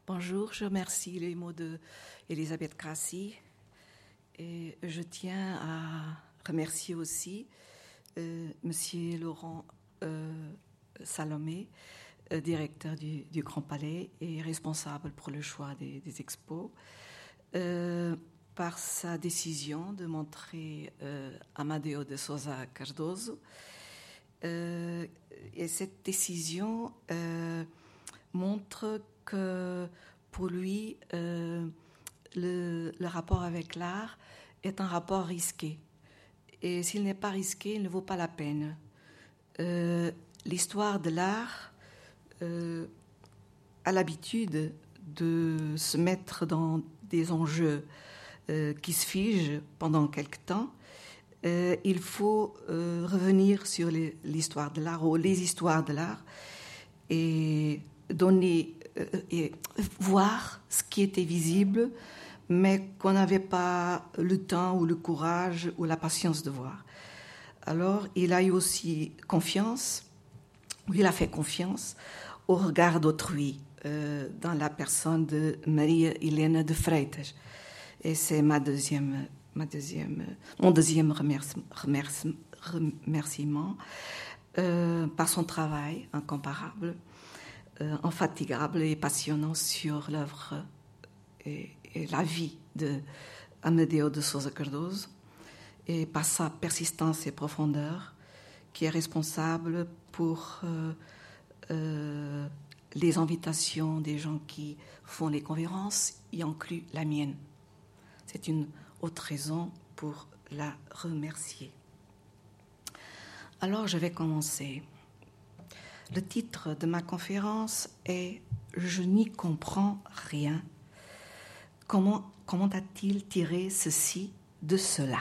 Bonjour, je remercie les mots d'Elisabeth Grassi et je tiens à remercier aussi Monsieur Laurent Salomé, directeur du Grand Palais et responsable pour le choix des expos, par sa décision de montrer Amadeo de Sousa Cardoso. Et cette décision montre que pour lui, le rapport avec l'art est un rapport risqué. Et s'il n'est pas risqué, il ne vaut pas la peine. L'histoire de l'art a l'habitude de se mettre dans des enjeux qui se figent pendant quelque temps. Il faut revenir sur l'histoire de l'art ou les histoires de l'art et donner et voir ce qui était visible, mais qu'on n'avait pas le temps ou le courage ou la patience de voir. Alors, il a eu aussi confiance, ou il a fait confiance au regard d'autrui dans la personne de Maria Helena de Freitas. Et c'est mon deuxième remerciement par son travail incomparable, infatigable et passionnant sur l'œuvre et la vie de Amadeo de Sousa Cardoso, et par sa persistance et profondeur qui est responsable pour les invitations des gens qui font les conférences, y inclut la mienne. C'est une autre raison pour la remercier. Alors, je vais commencer. Le titre de ma conférence est « Je n'y comprends rien ». Comment a-t-il tiré ceci de cela?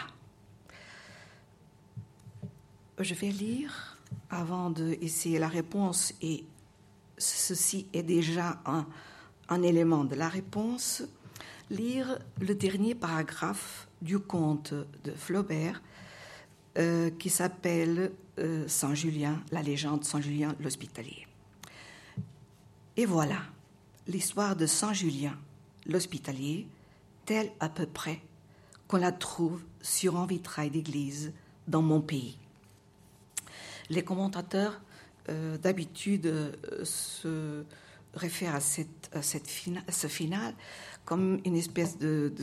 Je vais lire avant d'essayer la réponse, et ceci est déjà un élément de la réponse, lire le dernier paragraphe du conte de Flaubert qui s'appelle Saint Julien, la légende Saint Julien l'Hospitalier. Et voilà l'histoire de Saint Julien l'Hospitalier, telle à peu près qu'on la trouve sur un vitrail d'église dans mon pays. Les commentateurs d'habitude se réfèrent à ce final comme une espèce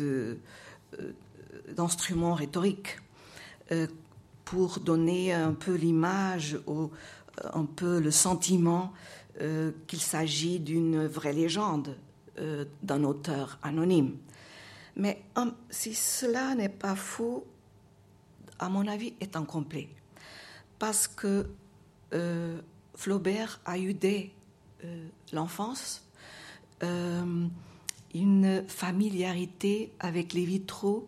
d'instrument rhétorique pour donner un peu l'image ou un peu le sentiment qu'il s'agit d'une vraie légende d'un auteur anonyme. Mais si cela n'est pas faux, à mon avis, est incomplet. Parce que Flaubert a eu dès l'enfance une familiarité avec les vitraux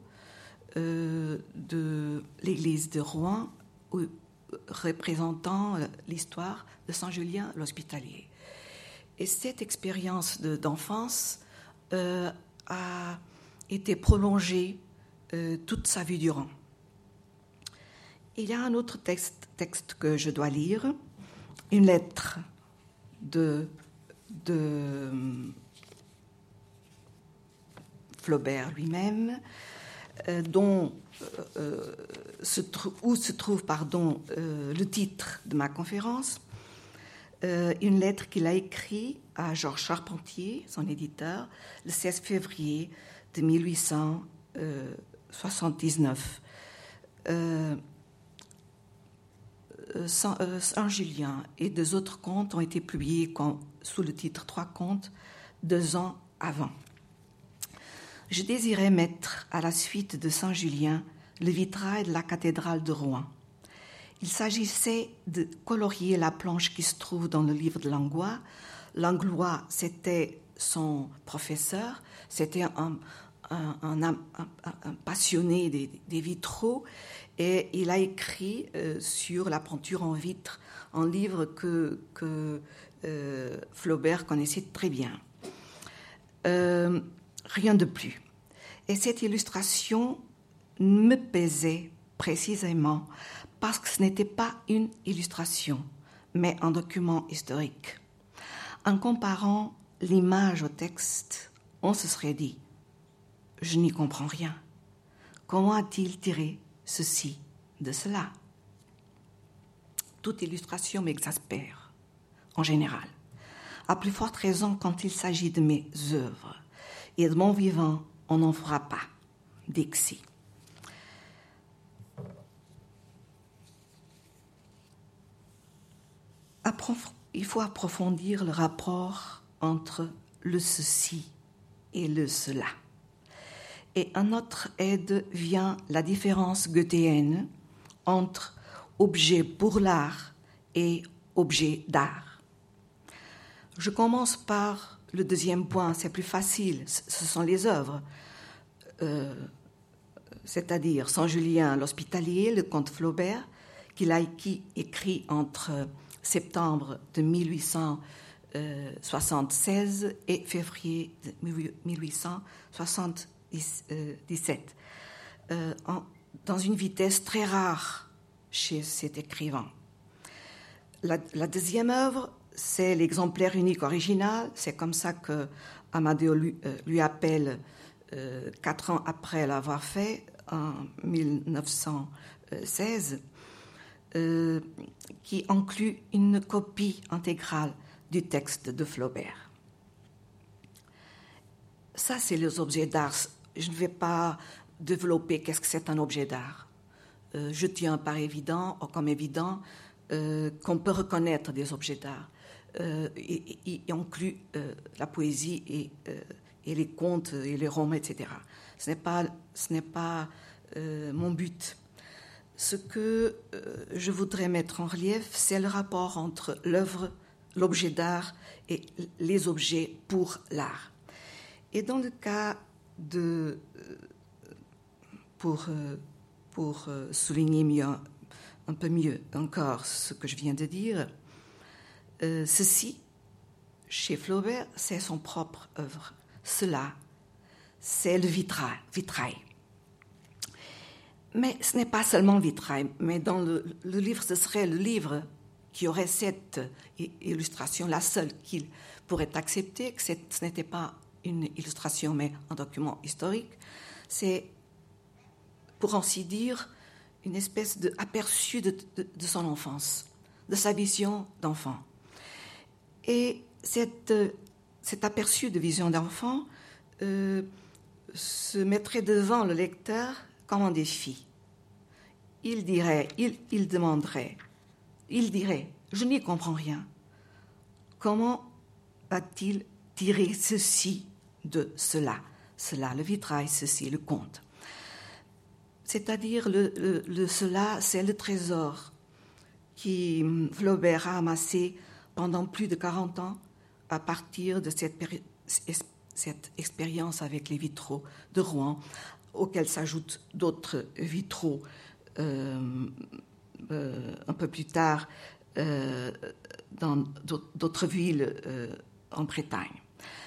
de l'église de Rouen, représentant l'histoire de Saint Julien l'Hospitalier. Et cette expérience d'enfance a été prolongée toute sa vie durant. Il y a un autre texte que je dois lire, une lettre de Flaubert lui-même, où se trouve le titre de ma conférence, une lettre qu'il a écrite à Georges Charpentier, son éditeur, le 16 février de 1879. Saint Julien et deux autres contes ont été publiés sous le titre 3 contes 2 ans avant. Je désirais mettre à la suite de Saint Julien le vitrail de la cathédrale de Rouen. Il s'agissait de colorier la planche qui se trouve dans le livre de Langlois. Langlois, c'était son professeur, c'était un passionné des vitraux, et il a écrit sur la peinture en vitre un livre que Flaubert connaissait très bien. Rien de plus. Et cette illustration me pesait précisément parce que ce n'était pas une illustration, mais un document historique. En comparant l'image au texte, on se serait dit « Je n'y comprends rien. Comment a-t-il tiré ceci de cela ?» Toute illustration m'exaspère, en général. À plus forte raison quand il s'agit de mes œuvres. Et de mon vivant, on n'en fera pas. Dixi. Il faut approfondir le rapport entre le ceci et le cela. Et à notre aide vient la différence goethéenne entre objet pour l'art et objet d'art. Je commence par le deuxième point, c'est plus facile, ce sont les œuvres. C'est-à-dire Saint-Julien l'Hospitalier, le comte Flaubert, qu'il a écrit entre septembre de 1876 et février de 1877, dans une vitesse très rare chez cet écrivain. La deuxième œuvre, c'est l'exemplaire unique original, c'est comme ça que Amadeo lui appelle 4 ans après l'avoir fait, en 1916, qui inclut une copie intégrale du texte de Flaubert. Ça, c'est les objets d'art. Je ne vais pas développer qu'est-ce que c'est un objet d'art. Je tiens comme évident qu'on peut reconnaître des objets d'art. Il inclut la poésie et les contes et les romans, etc. Ce n'est pas mon but. Ce que je voudrais mettre en relief, c'est le rapport entre l'œuvre, l'objet d'art et les objets pour l'art. Et dans le cas de... Pour souligner un peu mieux encore ce que je viens de dire, ceci, chez Flaubert, c'est son propre œuvre. Cela, c'est le vitrail. Mais ce n'est pas seulement le vitrail, mais dans le livre, ce serait le livre qui aurait cette illustration, la seule qu'il pourrait accepter, que ce n'était pas une illustration, mais un document historique. C'est, pour ainsi dire, une espèce d'aperçu de son enfance, de sa vision d'enfant. Et cet aperçu de vision d'enfant se mettrait devant le lecteur comme un défi. Il dirait, je n'y comprends rien. Comment a-t-il tiré ceci de cela? Cela, le vitrail, ceci, le conte. C'est-à-dire, cela, c'est le trésor qui Flaubert a amassé pendant plus de 40 ans à partir de cette expérience avec les vitraux de Rouen, auxquels s'ajoutent d'autres vitraux un peu plus tard dans d'autres villes en Bretagne.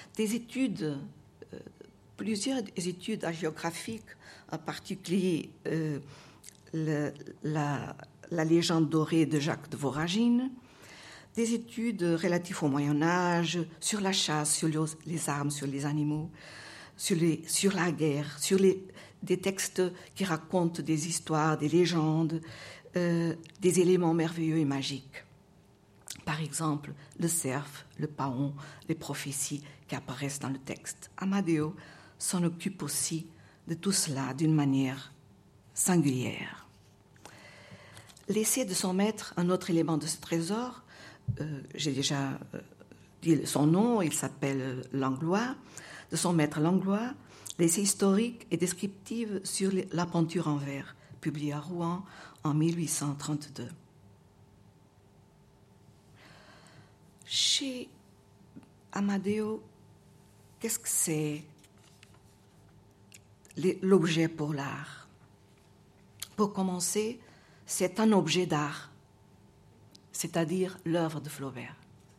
Plusieurs études géographiques, en particulier la légende dorée de Jacques de Voragine, des études relatives au Moyen-Âge, sur la chasse, sur les armes, sur les animaux, sur la guerre, des textes qui racontent des histoires, des légendes, des éléments merveilleux et magiques. Par exemple, le cerf, le paon, les prophéties qui apparaissent dans le texte. Amadeo s'en occupe aussi de tout cela d'une manière singulière. L'essai de son maître, un autre élément de ce trésor, j'ai déjà dit son nom, il s'appelle Langlois, de son maître Langlois, l'essai historique et descriptif sur la peinture en verre, publié à Rouen en 1832. Chez Amadeo, qu'est-ce que c'est l'objet pour l'art? Pour commencer, c'est un objet d'art, c'est-à-dire l'œuvre de Flaubert.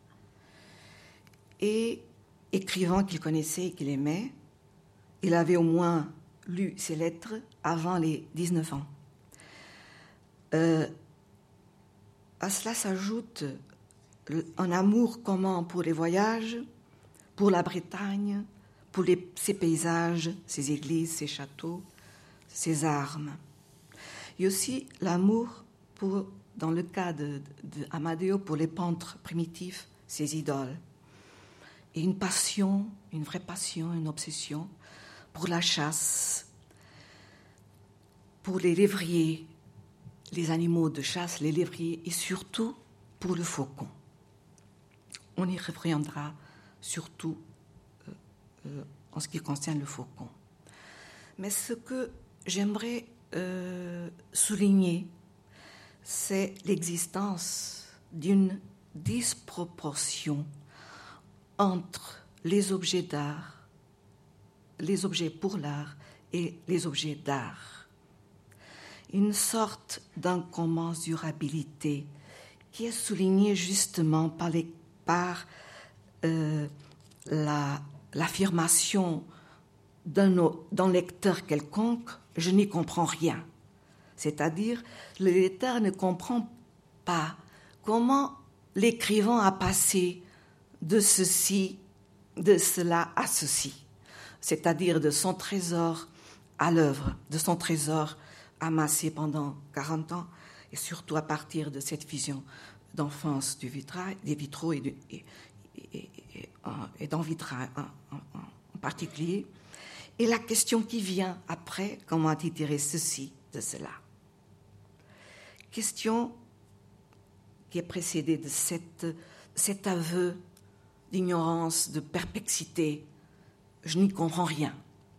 Et écrivain qu'il connaissait et qu'il aimait, il avait au moins lu ses lettres avant les 19 ans. À cela s'ajoute un amour commun pour les voyages, pour la Bretagne, pour ses paysages, ses églises, ses châteaux, ses armes. Et aussi l'amour dans le cas de Amadeo, pour les peintres primitifs, ses idoles. Et une passion, une vraie passion, une obsession pour la chasse, pour les lévriers, les animaux de chasse, les lévriers, et surtout pour le faucon. On y reviendra surtout en ce qui concerne le faucon. Mais ce que j'aimerais souligner, c'est l'existence d'une disproportion entre les objets d'art, les objets pour l'art et les objets d'art. Une sorte d'incommensurabilité qui est soulignée justement par l'affirmation d'un lecteur quelconque, je n'y comprends rien. C'est-à-dire, le lecteur ne comprend pas comment l'écrivain a passé de cela à ceci. C'est-à-dire de son trésor à l'œuvre, de son trésor amassé pendant 40 ans, et surtout à partir de cette vision d'enfance des vitraux et dans vitrail en particulier. Et la question qui vient après, comment tirer ceci de cela? Question qui est précédée de cet aveu d'ignorance, de perplexité. Je n'y comprends rien.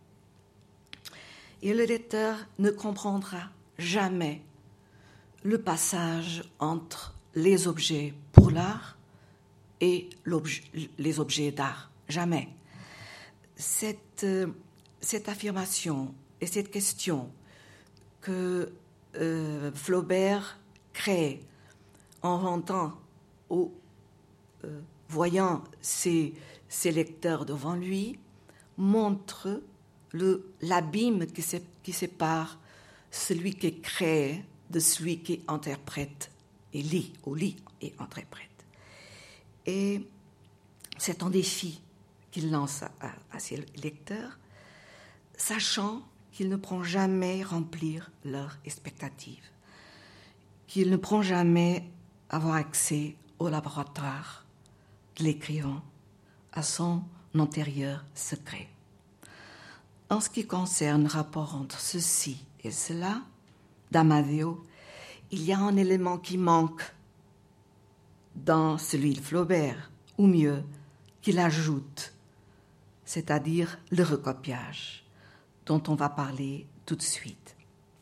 Et le lecteur ne comprendra jamais le passage entre les objets pour l'art et les objets d'art. Jamais. Cette affirmation et cette question que Flaubert crée en inventant ou voyant ses lecteurs devant lui montre l'abîme qui sépare celui qui crée de celui qui interprète et lit et interprète. Et c'est un défi qu'il lance à ses lecteurs, sachant qu'ils ne pourront jamais remplir leurs expectatives, qu'ils ne pourront jamais avoir accès au laboratoire de l'écrivain, à son antérieur secret. En ce qui concerne le rapport entre ceci et cela, d'Amadeo, il y a un élément qui manque dans celui de Flaubert, ou mieux, qu'il ajoute, c'est-à-dire le recopiage, dont on va parler tout de suite.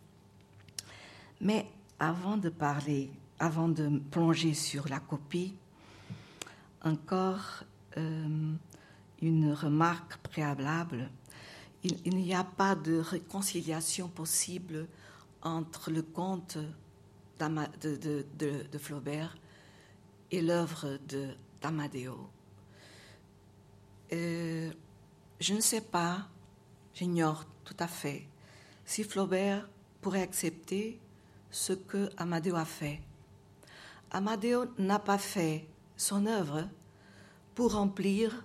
Mais avant de me plonger sur la copie, encore une remarque préalable. Il n'y a pas de réconciliation possible entre le conte de Flaubert et l'œuvre d'Amadeo. Je ne sais pas, j'ignore tout à fait, si Flaubert pourrait accepter ce que Amadeo a fait. Amadeo n'a pas fait son œuvre pour remplir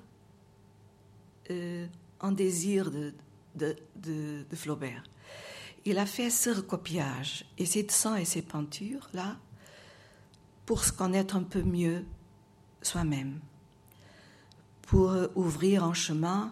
un désir de Flaubert. Il a fait ce recopiage et ses dessins et ses peintures là pour se connaître un peu mieux soi-même, pour ouvrir un chemin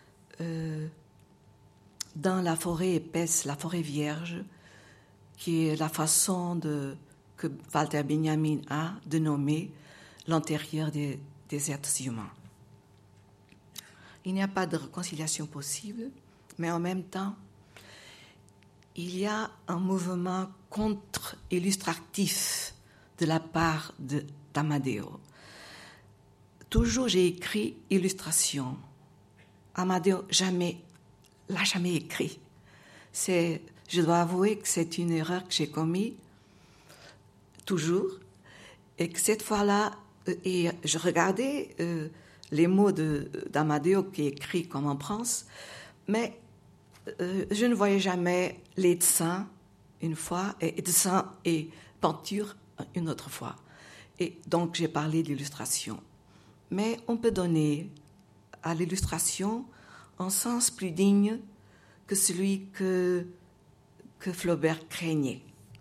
dans la forêt épaisse, la forêt vierge, qui est la façon que Walter Benjamin a de nommer l'intérieur des êtres humains. Il n'y a pas de réconciliation possible, mais en même temps, il y a un mouvement contre-illustratif de la part d'Amadeo. Toujours j'ai écrit illustration. Amadeo l'a jamais écrit. Je dois avouer que c'est une erreur que j'ai commise, toujours, et que cette fois-là, et je regardais les mots d'Amadeo qui est écrit comme en France, mais je ne voyais jamais les dessins une fois, et dessins et peinture une autre fois. Et donc j'ai parlé d'illustration. Mais on peut donner à l'illustration en sens plus digne que celui que Flaubert craignait.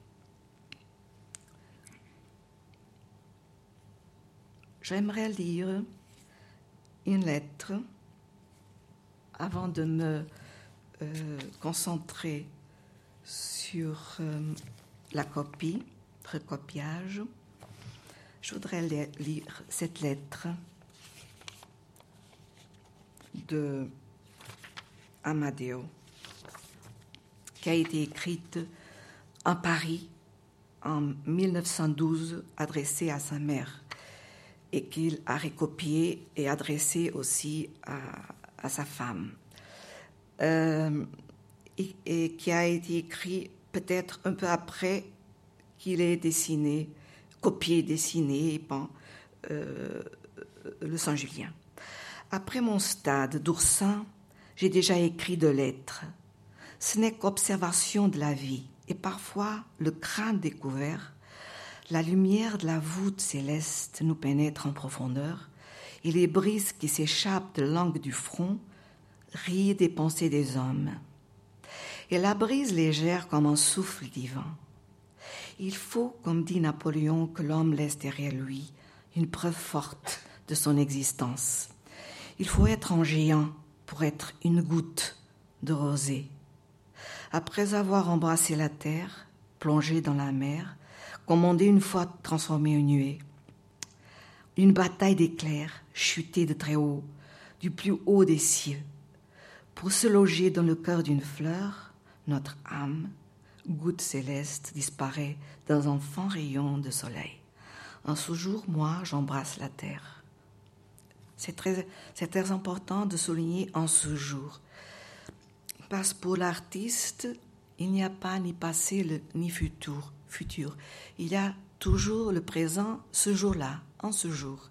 J'aimerais lire une lettre avant de me concentrer sur la copie, recopiage. Je voudrais lire cette lettre de Amadeo, qui a été écrite en Paris en 1912, adressée à sa mère, et qu'il a recopiée et adressée aussi à sa femme, et qui a été écrit peut-être un peu après qu'il ait copié, dessiné le Saint-Julien. Après mon stade d'oursin, j'ai déjà écrit 2 lettres. Ce n'est qu'observation de la vie, et parfois le crâne découvert, la lumière de la voûte céleste nous pénètre en profondeur, et les brises qui s'échappent de l'angle du front rient des pensées des hommes. Et la brise légère comme un souffle divin. Il faut, comme dit Napoléon, que l'homme laisse derrière lui une preuve forte de son existence. Il faut être un géant pour être une goutte de rosée. Après avoir embrassé la terre, plongé dans la mer, commandé une fois transformé en nuée, une bataille d'éclairs chutée de très haut, du plus haut des cieux. Pour se loger dans le cœur d'une fleur, notre âme, goutte céleste, disparaît dans un fin rayon de soleil. En ce jour, moi, j'embrasse la terre. C'est très important de souligner en ce jour. Parce que pour l'artiste, il n'y a pas ni passé ni futur. Il y a toujours le présent, ce jour-là, en ce jour.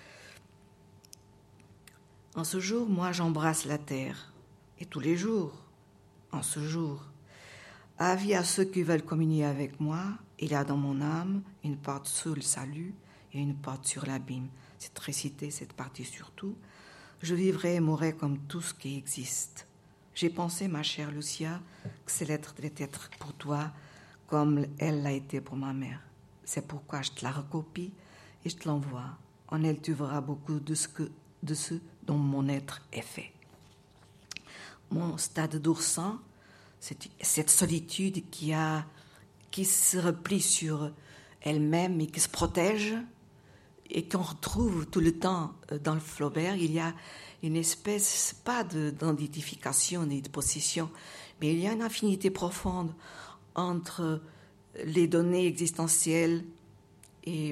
En ce jour, moi, j'embrasse la terre. Et tous les jours, en ce jour. Avis à ceux qui veulent communier avec moi, il y a dans mon âme une porte sur le salut et une porte sur l'abîme. C'est récité cette partie surtout. Je vivrai et mourrai comme tout ce qui existe. J'ai pensé, ma chère Lucia, que ces lettres devaient être pour toi comme elle l'a été pour ma mère. C'est pourquoi je te la recopie et je te l'envoie. En elle, tu verras beaucoup de ce dont mon être est fait. Mon stade d'oursin, c'est cette solitude qui se replie sur elle-même et qui se protège et qu'on retrouve tout le temps dans le Flaubert. Il y a une espèce, pas d'identification ni de possession, mais il y a une affinité profonde entre les données existentielles et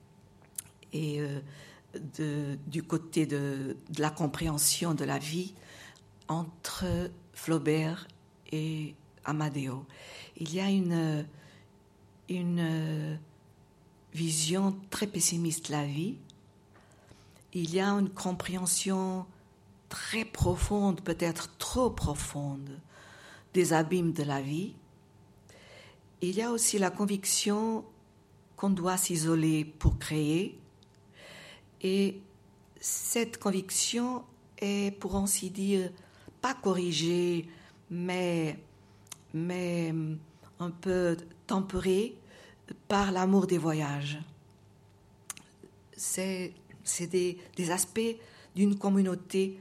du côté de la compréhension de la vie entre Flaubert et Amadeo. Il y a une vision très pessimiste de la vie. Il y a une compréhension très profonde, peut-être trop profonde, des abîmes de la vie. Il y a aussi la conviction qu'on doit s'isoler pour créer. Et cette conviction est, pour ainsi dire, pas corrigée, mais un peu tempérée par l'amour des voyages. C'est des aspects d'une communauté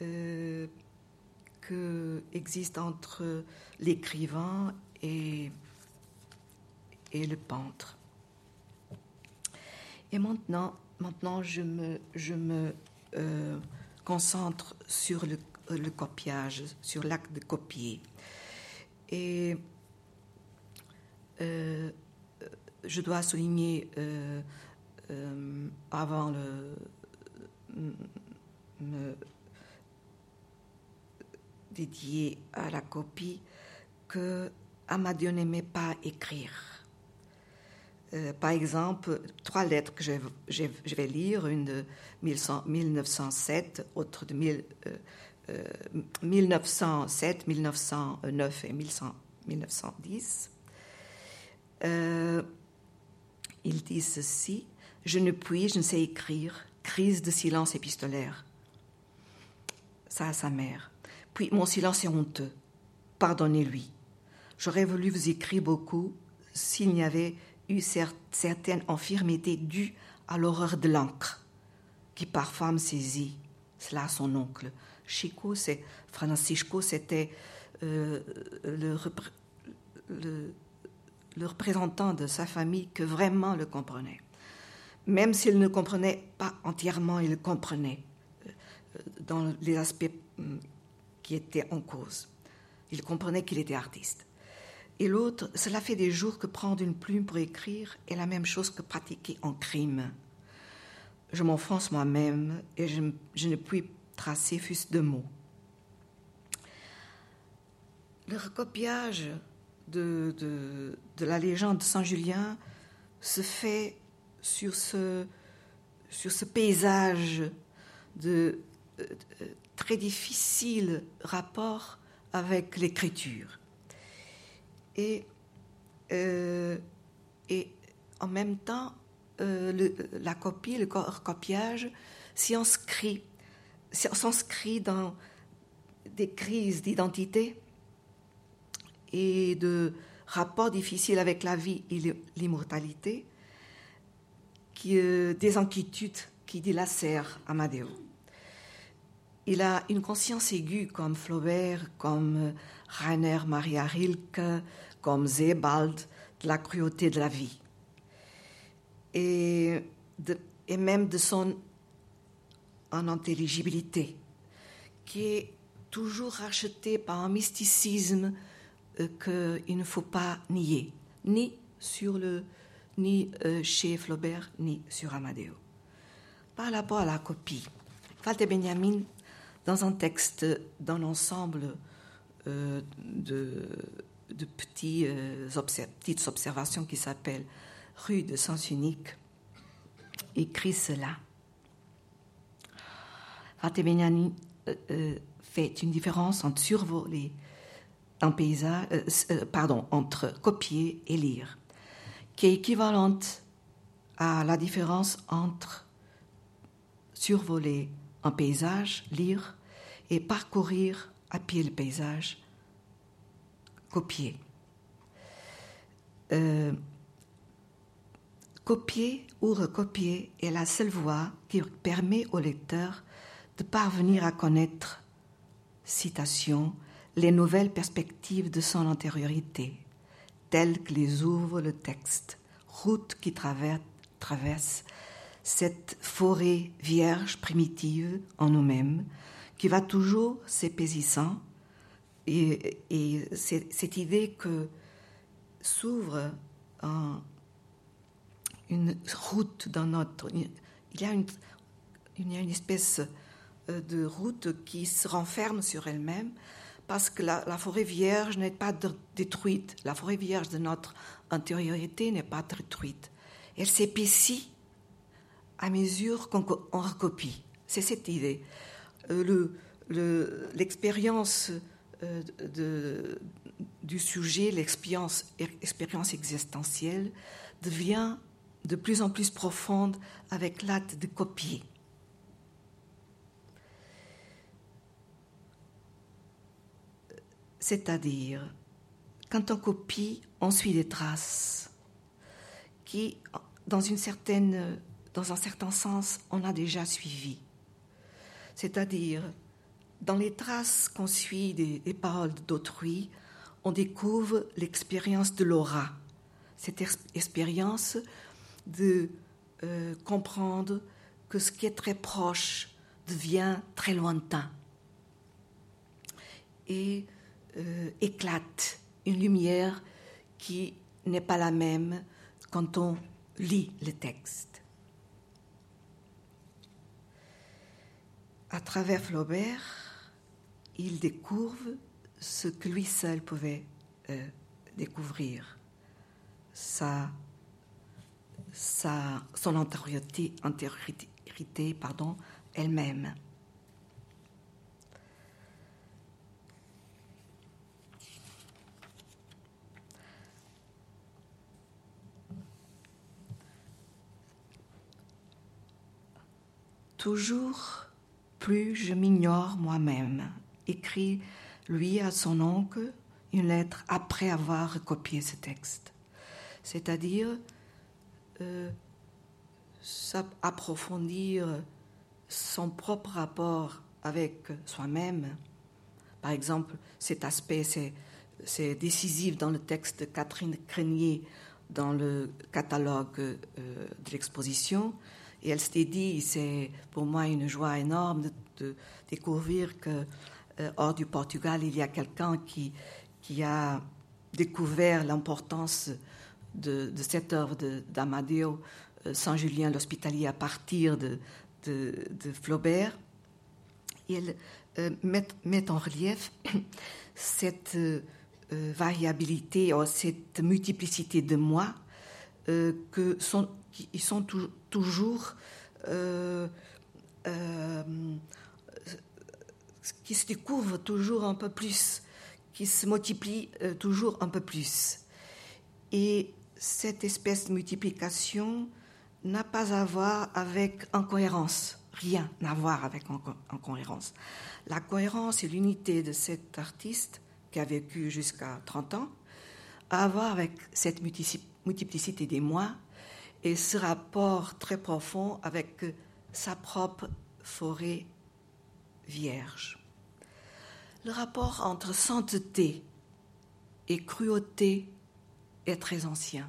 que existe entre l'écrivain et le peintre. Et maintenant je me concentre sur le copiage, sur l'acte de copier. Et je dois souligner avant me dédier à la copie que Amadeo n'aimait pas écrire. Par exemple, 3 lettres que je vais lire, une de 1907, autre de 1907, 1909 et 1910. Il dit ceci: je ne sais écrire, crise de silence épistolaire. ça à sa mère. Puis mon silence est honteux. Pardonnez-lui. J'aurais voulu vous écrire beaucoup s'il n'y avait eu certaines infirmités dues à l'horreur de l'encre, qui parfois me saisit. Cela son oncle. Francisco, c'était le représentant de sa famille que vraiment le comprenait. Même s'il ne comprenait pas entièrement, il le comprenait dans les aspects qui étaient en cause. Il comprenait qu'il était artiste. Et l'autre, cela fait des jours que prendre une plume pour écrire est la même chose que pratiquer un crime. Je m'enfonce moi-même et je ne puis tracer fût-ce de mots. Le recopiage de la légende de Saint-Julien se fait sur ce paysage de très difficile rapport avec l'écriture. Et en même temps, la copie, le recopiage s'inscrit dans des crises d'identité et de rapports difficiles avec la vie et l'immortalité, des inquiétudes qui dilacèrent Amadeo. Il a une conscience aiguë comme Flaubert, comme Rainer Maria Rilke, comme Sebald, de la cruauté de la vie. Et même de son inintelligibilité, qui est toujours rachetée par un mysticisme qu'il ne faut pas nier, ni chez Flaubert, ni sur Amadeo. Par rapport à la copie, Walter Benjamin, dans un texte d'un ensemble de petites observations qui s'appelle Rue de Sens Unique, écrit cela. Walter Benjamin fait une différence entre survoler un paysage, entre copier et lire, qui est équivalente à la différence entre survoler un paysage, lire, et parcourir à pied le paysage, copier. Copier ou recopier est la seule voie qui permet au lecteur de parvenir à connaître, citation, les nouvelles perspectives de son antériorité, telles que les ouvre le texte, route qui traverse cette forêt vierge primitive en nous-mêmes, qui va toujours s'épaississant, et cette idée que s'ouvre une route dans notre... Il y a une espèce de route qui se renferme sur elle-même, parce que la forêt vierge n'est pas détruite. La forêt vierge de notre intériorité n'est pas détruite. Elle s'épaissit à mesure qu'on recopie. C'est cette idée. L'expérience du sujet, l'expérience existentielle, devient de plus en plus profonde avec l'acte de copier. C'est-à-dire, quand on copie, on suit des traces qui, dans un certain sens, on a déjà suivi. C'est-à-dire, dans les traces qu'on suit des paroles d'autrui, on découvre l'expérience de l'aura, cette expérience de comprendre que ce qui est très proche devient très lointain et éclate une lumière qui n'est pas la même quand on lit le texte. À travers Flaubert, il découvre ce que lui seul pouvait découvrir, son antériorité elle-même. Toujours plus je m'ignore moi-même, écrit lui à son oncle une lettre après avoir recopié ce texte. C'est-à-dire approfondir son propre rapport avec soi-même. Par exemple, cet aspect, c'est décisif dans le texte de Catherine Crénier, dans le catalogue de l'exposition. Et elle s'est dit, c'est pour moi une joie énorme de découvrir que hors du Portugal, il y a quelqu'un qui a découvert l'importance de cette œuvre d'Amadeo Saint-Julien l'Hospitalier à partir de Flaubert. Et elle met en relief cette variabilité, cette multiplicité de moi qui sont toujours qui se découvrent toujours un peu plus, qui se multiplient toujours un peu plus. Et cette espèce de multiplication n'a pas à voir avec incohérence, rien à voir avec incohérence. La cohérence et l'unité de cet artiste qui a vécu jusqu'à 30 ans a à voir avec cette multiplicité des moi et ce rapport très profond avec sa propre forêt vierge. Le rapport entre sainteté et cruauté est très ancien.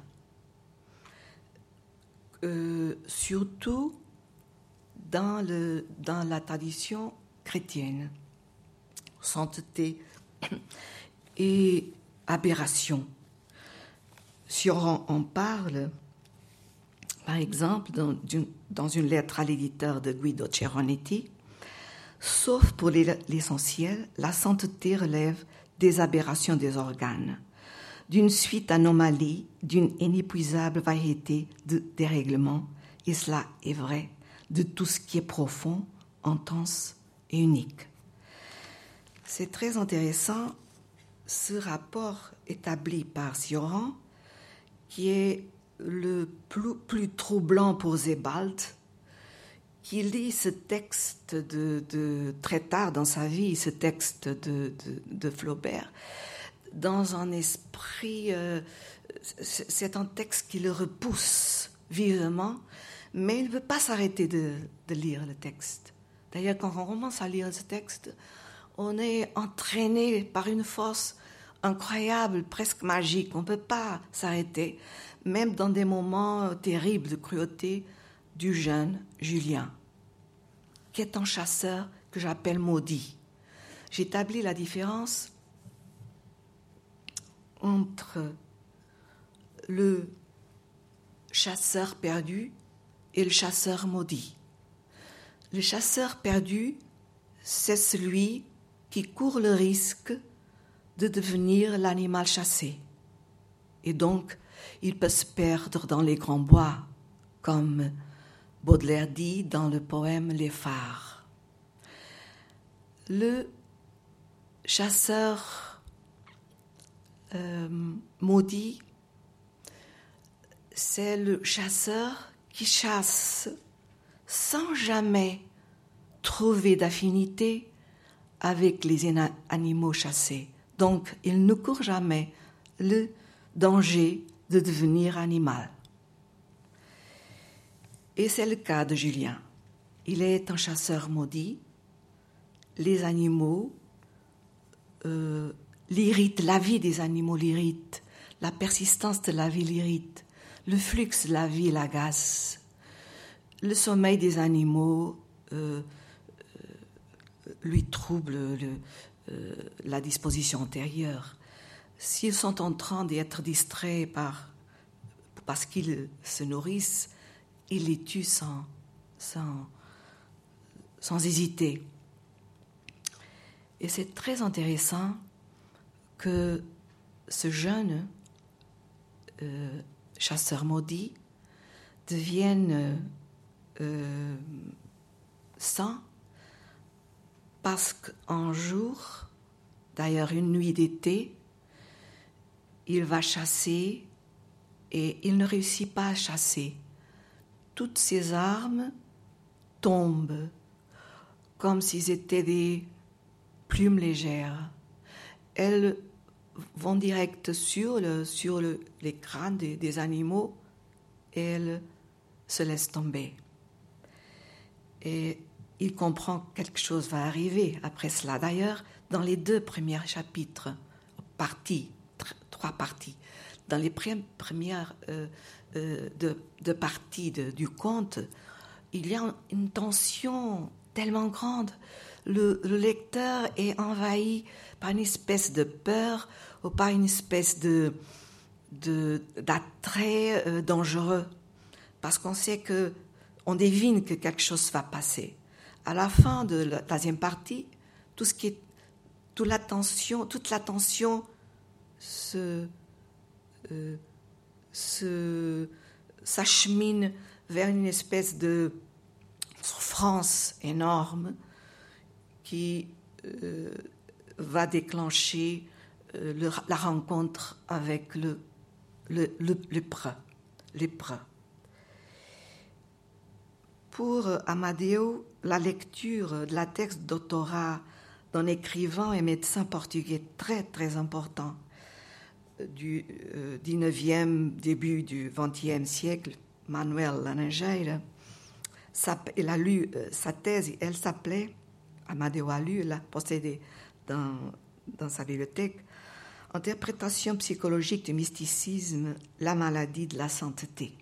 Surtout dans la tradition chrétienne. Sainteté et aberration. Sioran en parle, par exemple, dans une lettre à l'éditeur de Guido Ceronetti. Sauf pour l'essentiel, la sainteté relève des aberrations des organes, d'une suite d'anomalies, d'une inépuisable variété de dérèglements, et cela est vrai de tout ce qui est profond, intense et unique. C'est très intéressant ce rapport établi par Sioran, qui est le plus troublant pour Sebald, qui lit ce texte très tard dans sa vie, ce texte de Flaubert, dans un esprit, c'est un texte qui le repousse vivement, mais il ne veut pas s'arrêter de lire le texte. D'ailleurs, quand on commence à lire ce texte, on est entraîné par une force incroyable, presque magique. On ne peut pas s'arrêter, même dans des moments terribles de cruauté du jeune Julien, qui est un chasseur que j'appelle maudit. J'établis la différence entre le chasseur perdu et le chasseur maudit. Le chasseur perdu, c'est celui qui court le risque de devenir l'animal chassé. Et donc, il peut se perdre dans les grands bois, comme Baudelaire dit dans le poème Les Phares. Le chasseur maudit, c'est le chasseur qui chasse sans jamais trouver d'affinité avec les animaux chassés. Donc, il ne court jamais le danger de devenir animal. Et c'est le cas de Julien. Il est un chasseur maudit. Les animaux l'irritent, la vie des animaux l'irrite, la persistance de la vie l'irrite, le flux de la vie l'agace, le sommeil des animaux lui trouble la disposition antérieure. S'ils sont en train d'être distraits parce qu'ils se nourrissent, il les tue sans hésiter. Et c'est très intéressant que ce jeune chasseur maudit devienne saint parce qu'un jour, d'ailleurs une nuit d'été, il va chasser et il ne réussit pas à chasser. Toutes ses armes tombent comme s'ils étaient des plumes légères. Elles vont direct sur les crânes des animaux et elles se laissent tomber. Et il comprend que quelque chose va arriver après cela. D'ailleurs, dans les 2 premiers chapitres, trois parties, dans les premières deux parties du conte, il y a une tension tellement grande. Le lecteur est envahi par une espèce de peur ou par une espèce d'attrait dangereux, parce qu'on sait on devine que quelque chose va passer. À la fin de la 2e partie, toute l'attention s'achemine vers une espèce de souffrance énorme qui va déclencher la rencontre avec le lépreux. Pour Amadeo, la lecture de la texte d'autorat d'un écrivain et médecin portugais très très important du 19e, début du 20e siècle, Manuel Laranjeira, il a lu sa thèse, elle s'appelait, Amadeo a lu, elle l'a possédée dans sa bibliothèque, Interprétation psychologique du mysticisme, la maladie de la sainteté.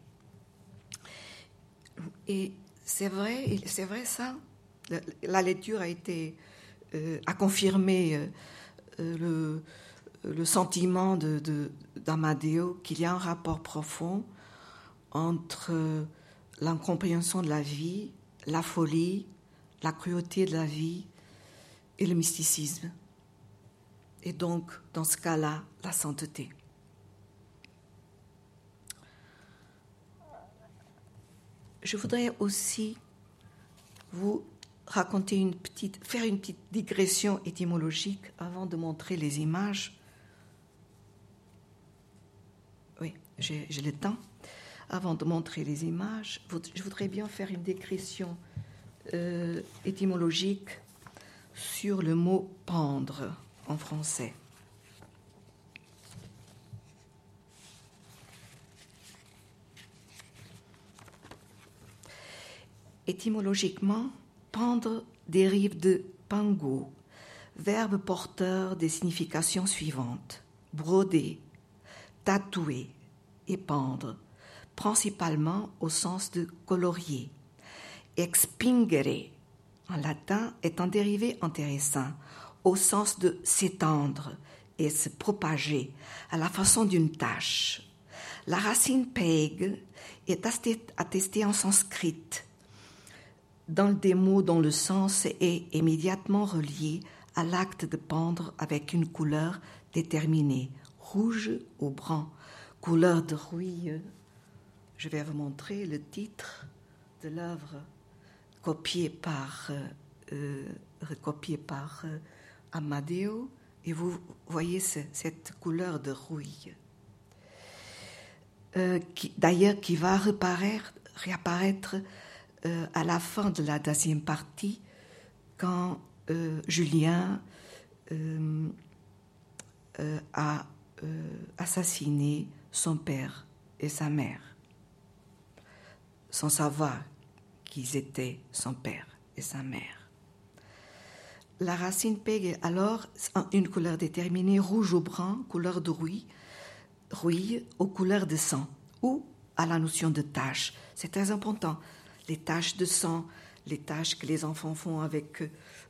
Et c'est vrai ça. La lecture a confirmé le sentiment d'Amadeo qu'il y a un rapport profond entre l'incompréhension de la vie, la folie, la cruauté de la vie et le mysticisme. Et donc, dans ce cas-là, la sainteté. Je voudrais aussi vous raconter faire une petite digression étymologique avant de montrer les images. Oui, j'ai le temps. Avant de montrer les images, je voudrais bien faire une digression étymologique sur le mot pendre en français. Étymologiquement, pendre dérive de pango, verbe porteur des significations suivantes: broder, tatouer et pendre, principalement au sens de colorier. Expingere, en latin, est un dérivé intéressant, au sens de s'étendre et se propager à la façon d'une tache. La racine peig est attestée en sanskrit dans des mots dont le sens est immédiatement relié à l'acte de pendre avec une couleur déterminée, rouge ou brun, couleur de rouille. Je vais vous montrer le titre de l'œuvre recopié par Amadeo, et vous voyez cette couleur de rouille, qui va réapparaître à la fin de la 2e partie, quand Julien a assassiné son père et sa mère, sans savoir qu'ils étaient son père et sa mère. La racine peg est alors une couleur déterminée, rouge ou brun, couleur de rouille aux couleurs de sang, ou à la notion de tache. C'est très important. Les taches de sang, les taches que les enfants font avec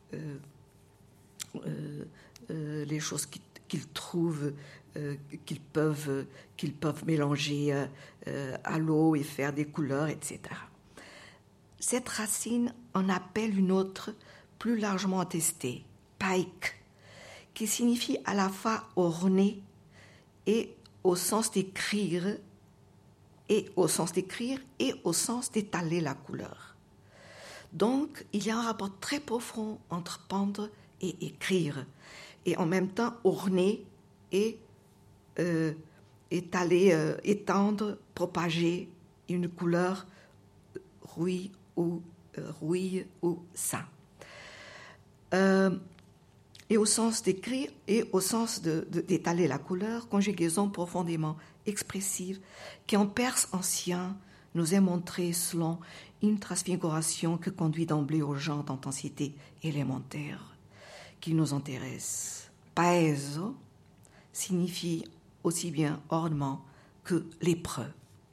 les choses qu'ils trouvent, qu'ils peuvent mélanger à l'eau et faire des couleurs, etc. Cette racine en appelle une autre plus largement attestée, paik, qui signifie à la fois orner et au sens d'écrire, et au sens d'étaler la couleur. Donc, il y a un rapport très profond entre pendre et écrire, et en même temps orner et étaler, étendre, propager une couleur rouille ou sang. et au sens d'écrire et au sens d'étaler la couleur, conjugaison profondément expressive qui en perse ancien nous est montrée selon une transfiguration que conduit d'emblée au genre d'intensité élémentaire qui nous intéresse. Paeso signifie aussi bien ornement que lépreux.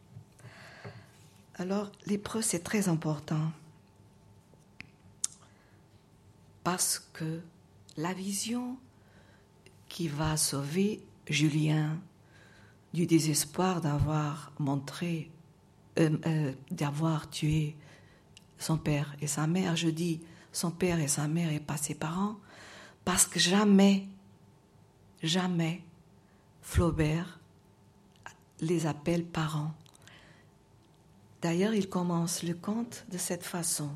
Alors, lépreux, c'est très important parce que la vision qui va sauver Julien du désespoir d'avoir tué son père et sa mère, je dis son père et sa mère et pas ses parents, parce que jamais Flaubert les appelle parents. D'ailleurs, il commence le conte de cette façon.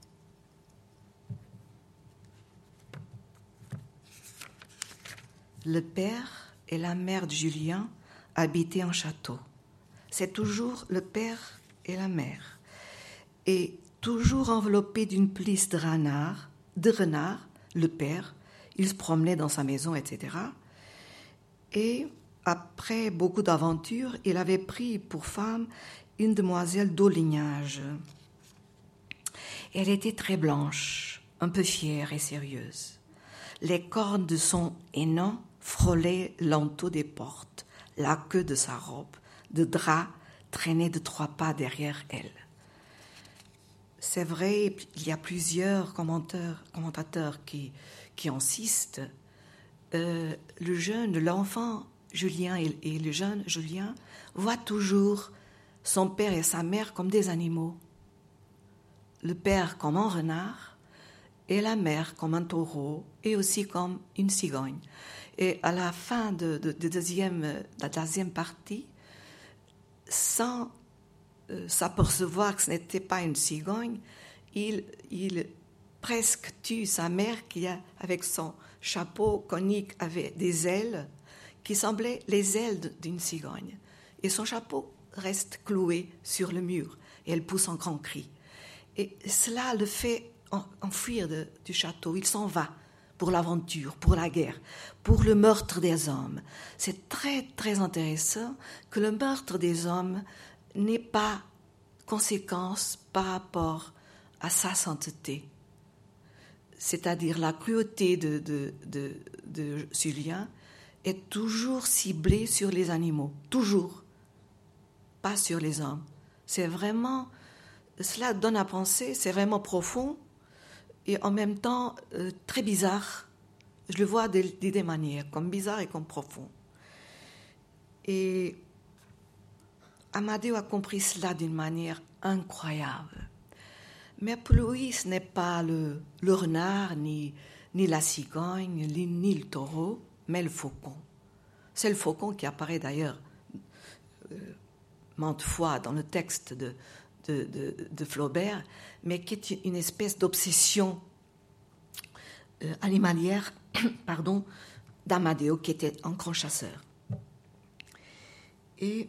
Le père et la mère de Julien habitaient un château. C'est toujours le père et la mère. Et toujours enveloppé d'une pelisse de renard, le père, il se promenait dans sa maison, etc. Et après beaucoup d'aventures, il avait pris pour femme une demoiselle d'Aulignage. Elle était très blanche, un peu fière et sérieuse. Les cornes de son hénon frôlaient l'entot des portes. La queue de sa robe de drap traînait de 3 pas derrière elle. C'est vrai, il y a plusieurs commentateurs qui insistent. L'enfant Julien et le jeune Julien voient toujours son père et sa mère comme des animaux. Le père comme un renard et la mère comme un taureau et aussi comme une cigogne. Et à la fin de la deuxième partie, sans s'apercevoir que ce n'était pas une cigogne, il presque tue sa mère qui, avec son chapeau conique, avait des ailes qui semblaient les ailes d'une cigogne. Et son chapeau reste cloué sur le mur et elle pousse un grand cri. Et cela le fait enfuir du château. Il s'en va pour l'aventure, pour la guerre, pour le meurtre des hommes. C'est très, très intéressant que le meurtre des hommes n'ait pas conséquence par rapport à sa sainteté. C'est-à-dire la cruauté de Julien est toujours ciblée sur les animaux, toujours, pas sur les hommes. C'est vraiment, cela donne à penser, c'est vraiment profond et en même temps très bizarre. Je le vois de des manières, comme bizarre et comme profond. Et Amadeo a compris cela d'une manière incroyable. Mais pour lui, ce n'est pas le renard, ni la cigogne, ni le taureau, mais le faucon. C'est le faucon qui apparaît d'ailleurs maintes fois dans le texte de Flaubert, mais qui est une espèce d'obsession animalière d'Amadeo, qui était un grand chasseur. Et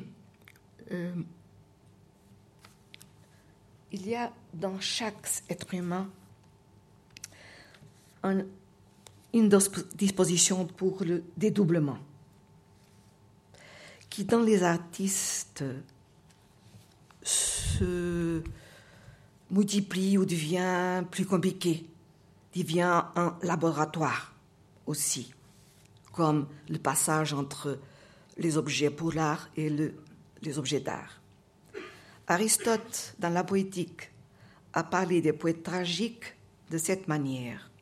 il y a dans chaque être humain une disposition pour le dédoublement qui, dans les artistes, se multiplie ou devient plus compliqué, devient un laboratoire aussi, comme le passage entre les objets pour l'art et les objets d'art. Aristote, dans la poétique, a parlé des poètes tragiques de cette manière.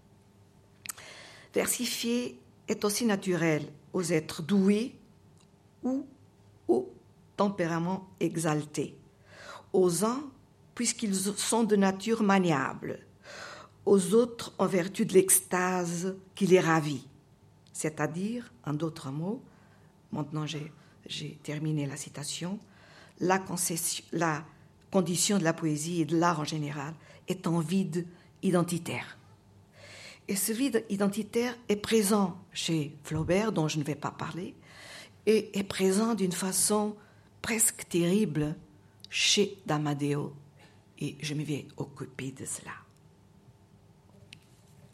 Versifier est aussi naturel aux êtres doués ou au tempérament exalté, aux uns puisqu'ils sont de nature maniable, aux autres en vertu de l'extase qui les ravit, c'est-à-dire, en d'autres mots, maintenant j'ai terminé la citation, la condition de la poésie et de l'art en général est un vide identitaire. Et ce vide identitaire est présent chez Flaubert, dont je ne vais pas parler, et est présent d'une façon presque terrible chez Amadeo. Et je me vais occuper de cela.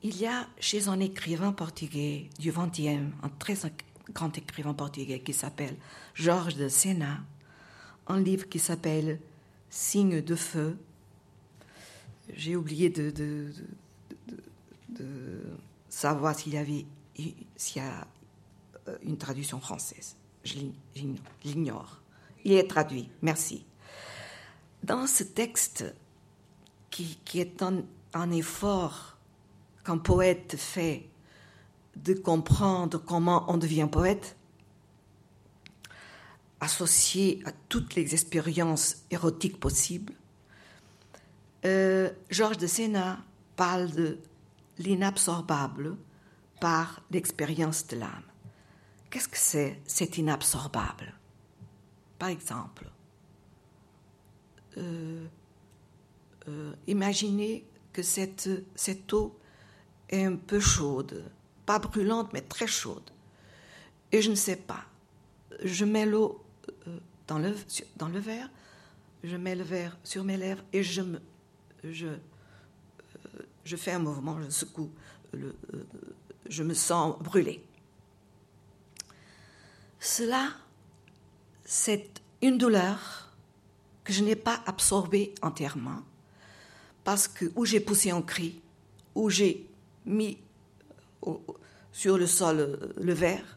il y a chez un écrivain portugais du XXe, un très grand écrivain portugais qui s'appelle Jorge de Sena, un livre qui s'appelle Signes de feu. J'ai oublié de savoir s'il y a une traduction française. Je l'ignore. Il est traduit, merci. Dans ce texte, qui est un effort qu'un poète fait de comprendre comment on devient poète, associé à toutes les expériences érotiques possibles, Jorge de Sena parle de l'inabsorbable par l'expérience de l'âme. Qu'est-ce que c'est cet inabsorbable? Par exemple, imaginez que cette eau est un peu chaude, pas brûlante, mais très chaude. Et je ne sais pas, je mets l'eau dans le verre, je mets le verre sur mes lèvres et je fais un mouvement, je secoue, je me sens brûlée. Cela, c'est une douleur que je n'ai pas absorbée entièrement, parce que où j'ai poussé un cri, où j'ai mis sur le sol le verre,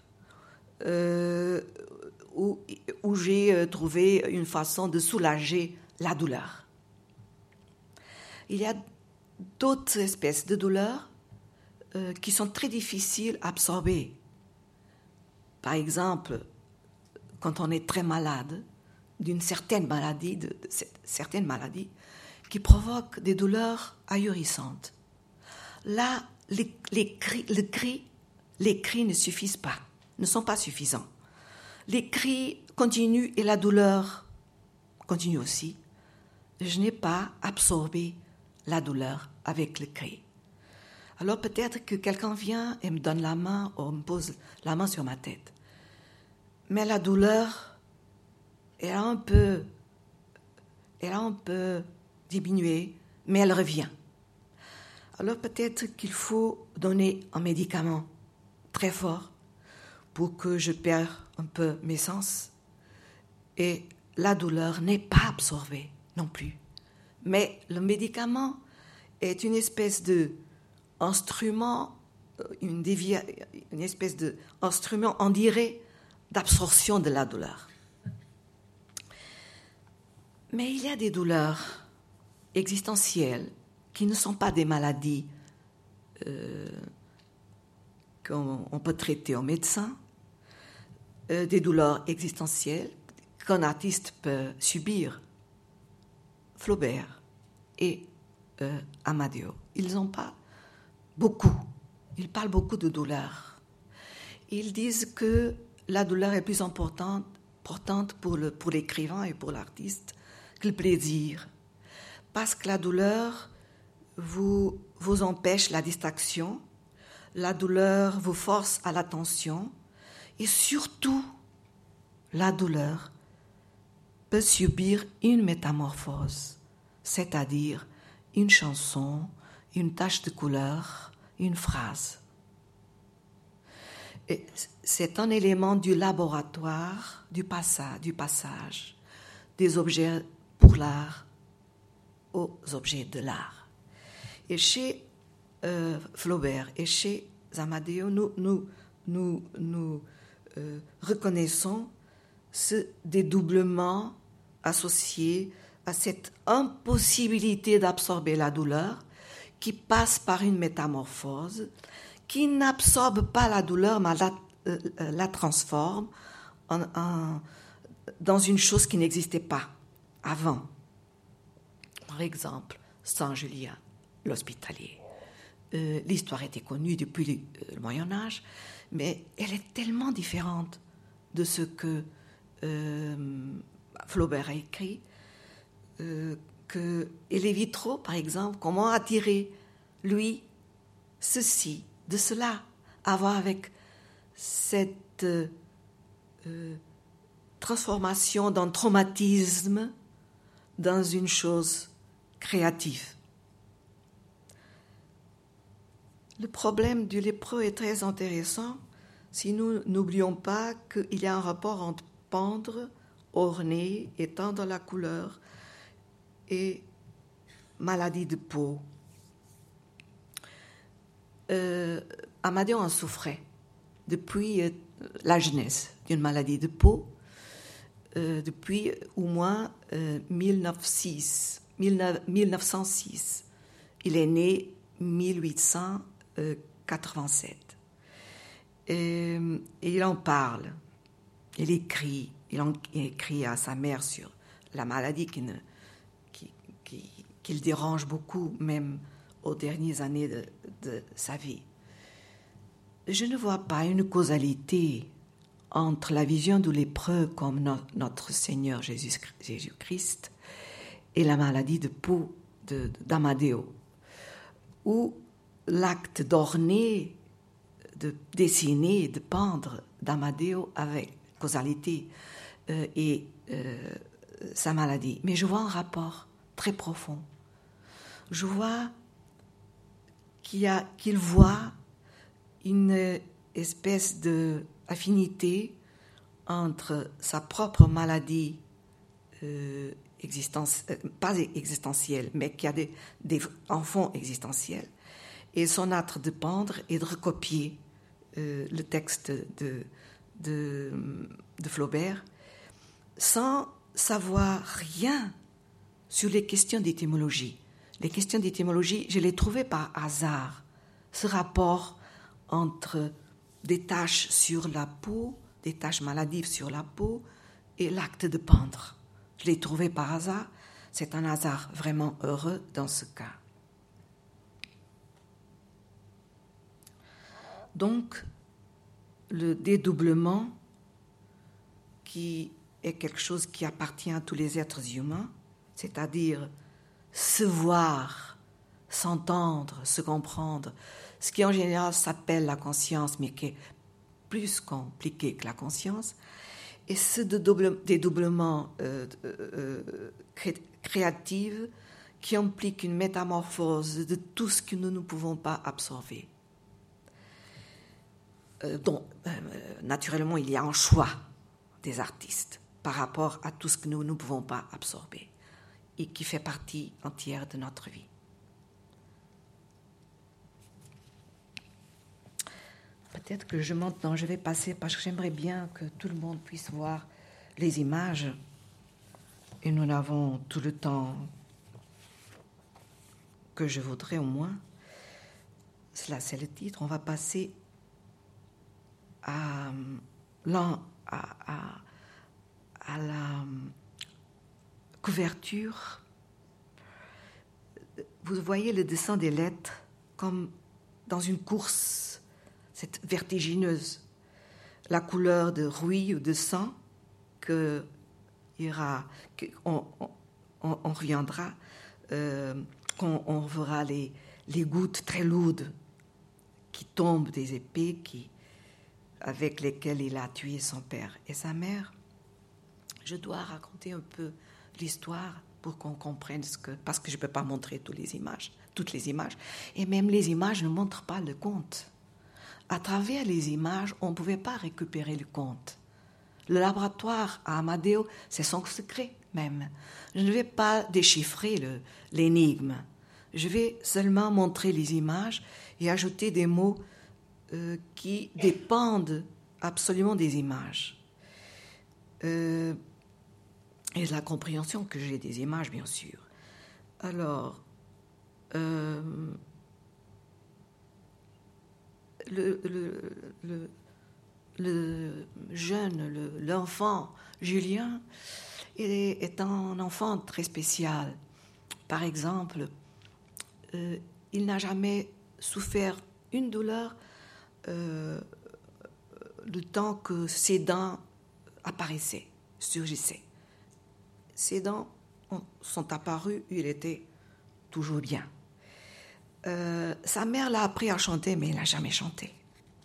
où j'ai trouvé une façon de soulager la douleur. Il y a d'autres espèces de douleurs qui sont très difficiles à absorber. Par exemple, quand on est très malade d'une certaine maladie, certaines maladies qui provoquent des douleurs ahurissantes. Là, les cris ne suffisent pas, ne sont pas suffisants. Les cris continuent et la douleur continue aussi. Je n'ai pas absorbé la douleur avec le cri. Alors peut-être que quelqu'un vient et me donne la main ou me pose la main sur ma tête. Mais la douleur, elle a un peu diminué, mais elle revient. Alors peut-être qu'il faut donner un médicament très fort pour que je perde un peu mes sens. Et la douleur n'est pas absorbée non plus. Mais le médicament est une espèce d'instrument, une espèce d'instrument, on dirait, d'absorption de la douleur. Mais il y a des douleurs existentielles qui ne sont pas des maladies qu'on peut traiter au médecin, des douleurs existentielles qu'un artiste peut subir. Flaubert et Amadeo, ils n'ont pas beaucoup. Ils parlent beaucoup de douleur. Ils disent que la douleur est plus importante pour l'écrivain et pour l'artiste que le plaisir. Parce que la douleur vous empêche la distraction, la douleur vous force à l'attention et surtout, la douleur peut subir une métamorphose, c'est-à-dire une chanson, une tache de couleur, une phrase. Et c'est un élément du laboratoire, du passage des objets pour l'art aux objets de l'art. Et chez Flaubert et chez Amadeo, nous reconnaissons ce dédoublement associé à cette impossibilité d'absorber la douleur qui passe par une métamorphose, qui n'absorbe pas la douleur, mais la transforme dans une chose qui n'existait pas avant. Par exemple, Saint-Julien, l'Hospitalier. L'histoire était connue depuis le Moyen-Âge, mais elle est tellement différente de ce que Flaubert a écrit, et les vitraux, par exemple, comment attirer, lui, ceci, de cela, à voir avec cette transformation d'un traumatisme dans une chose créative. Le problème du lépreux est très intéressant si nous n'oublions pas qu'il y a un rapport entre pendre, orner, étendre la couleur et maladie de peau. Amadeo en souffrait depuis la jeunesse d'une maladie de peau, depuis au moins 1906. Il est né 1887. Et il en parle, il écrit à sa mère sur la maladie qui le dérange beaucoup, même aux dernières années de sa vie. Je ne vois pas une causalité entre la vision du lépreux comme notre Seigneur Jésus-Christ et la maladie de peau d'Amadeo, ou l'acte d'orner, de dessiner, de peindre d'Amadeo avec causalité et sa maladie. Mais je vois un rapport très profond. Je vois qu'il voit une espèce d'affinité entre sa propre maladie pas existentielle, mais qui a des enfants existentiels, et son acte de peindre et de recopier le texte de Flaubert, sans savoir rien sur les questions d'étymologie. Les questions d'étymologie, je les trouvais par hasard. Ce rapport entre des taches sur la peau, des taches maladives sur la peau, et l'acte de peindre. Je l'ai trouvé par hasard. C'est un hasard vraiment heureux dans ce cas. Donc, le dédoublement, qui est quelque chose qui appartient à tous les êtres humains, c'est-à-dire se voir, s'entendre, se comprendre, ce qui en général s'appelle la conscience, mais qui est plus compliqué que la conscience, et ce dédoublement créatif qui implique une métamorphose de tout ce que nous ne pouvons pas absorber. Donc, naturellement, il y a un choix des artistes par rapport à tout ce que nous ne pouvons pas absorber et qui fait partie entière de notre vie. Peut-être que maintenant je vais passer, parce que j'aimerais bien que tout le monde puisse voir les images, et nous n'avons tout le temps que je voudrais au moins. Cela, c'est le titre. On va passer à la couverture. Vous voyez le dessin des lettres comme dans une course, cette vertigineuse, la couleur de rouille ou de sang qu'on reviendra quand on verra les gouttes très lourdes qui tombent des épées avec lesquelles il a tué son père et sa mère. Je dois raconter un peu l'histoire pour qu'on comprenne parce que je ne peux pas montrer toutes les images, et même les images ne montrent pas le conte. À travers les images, on ne pouvait pas récupérer le conte. Le laboratoire à Amadeo, c'est son secret même. Je ne vais pas déchiffrer l'énigme. Je vais seulement montrer les images et ajouter des mots qui dépendent absolument des images. Et de la compréhension que j'ai des images, bien sûr. Alors, le jeune, l'enfant Julien est un enfant très spécial. Par exemple, il n'a jamais souffert une douleur le temps que ses dents apparaissaient, surgissaient. Ses dents sont apparues, il était toujours bien. Sa mère l'a appris à chanter, mais il n'a jamais chanté.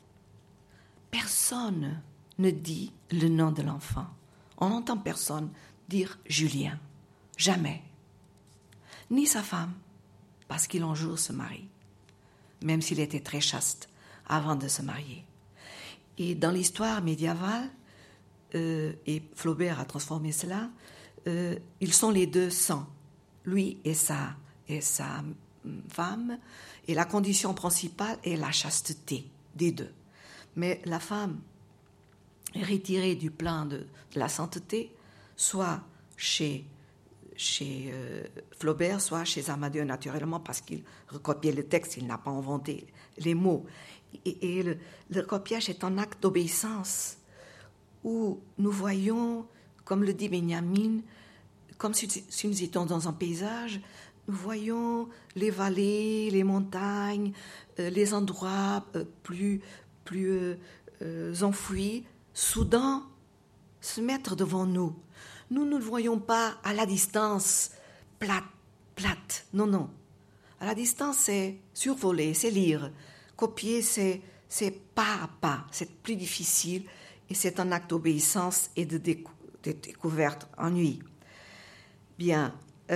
Personne ne dit le nom de l'enfant. On n'entend personne dire Julien. Jamais. Ni sa femme, parce qu'il un jour se marie. même s'il était très chaste avant de se marier. Et dans l'histoire médiévale, et Flaubert a transformé cela, ils sont les deux saints, lui et sa femme, et la condition principale est la chasteté des deux. Mais la femme est retirée du plan de la sainteté, soit chez Flaubert, soit chez Amadeo naturellement, parce qu'il recopiait le texte, il n'a pas inventé les mots. Et le copiage est un acte d'obéissance où nous voyons, comme le dit Benjamin, comme si nous étions dans un paysage, nous voyons les vallées, les montagnes, les endroits plus enfouis, soudain se mettre devant nous. Nous ne le voyons pas à la distance, plate. Non. À la distance, c'est survoler, c'est lire. Copier, c'est pas à pas. C'est plus difficile et c'est un acte d'obéissance et de découverte en nuit. Bien.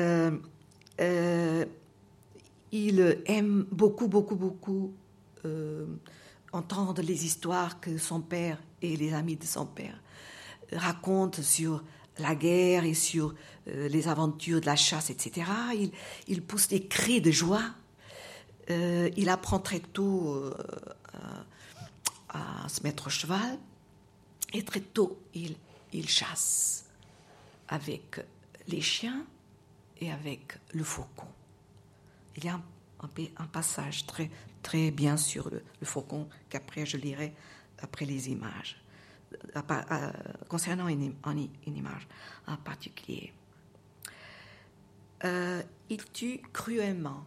Il aime beaucoup entendre les histoires que son père et les amis de son père racontent sur la guerre et sur les aventures de la chasse, etc. Il pousse des cris de joie. Il apprend très tôt à se mettre au cheval et très tôt il chasse avec les chiens et avec le faucon. Il y a un passage très, très bien sur le faucon qu'après je lirai après les images, concernant une image en particulier. Il tue cruellement,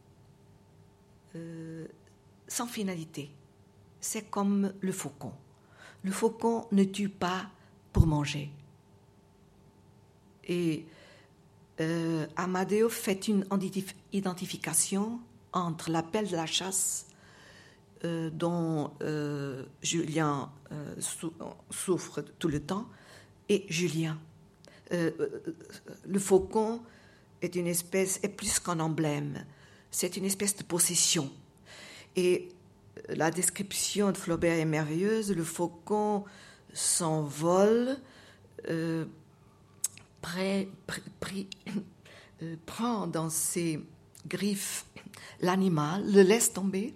sans finalité. C'est comme le faucon. Le faucon ne tue pas pour manger. Et Amadeo fait une identification entre l'appel de la chasse dont Julien souffre tout le temps et Julien. Le faucon est plus qu'un emblème, c'est une espèce de possession. Et la description de Flaubert est merveilleuse. Le faucon s'envole, prend dans ses griffes l'animal, le laisse tomber,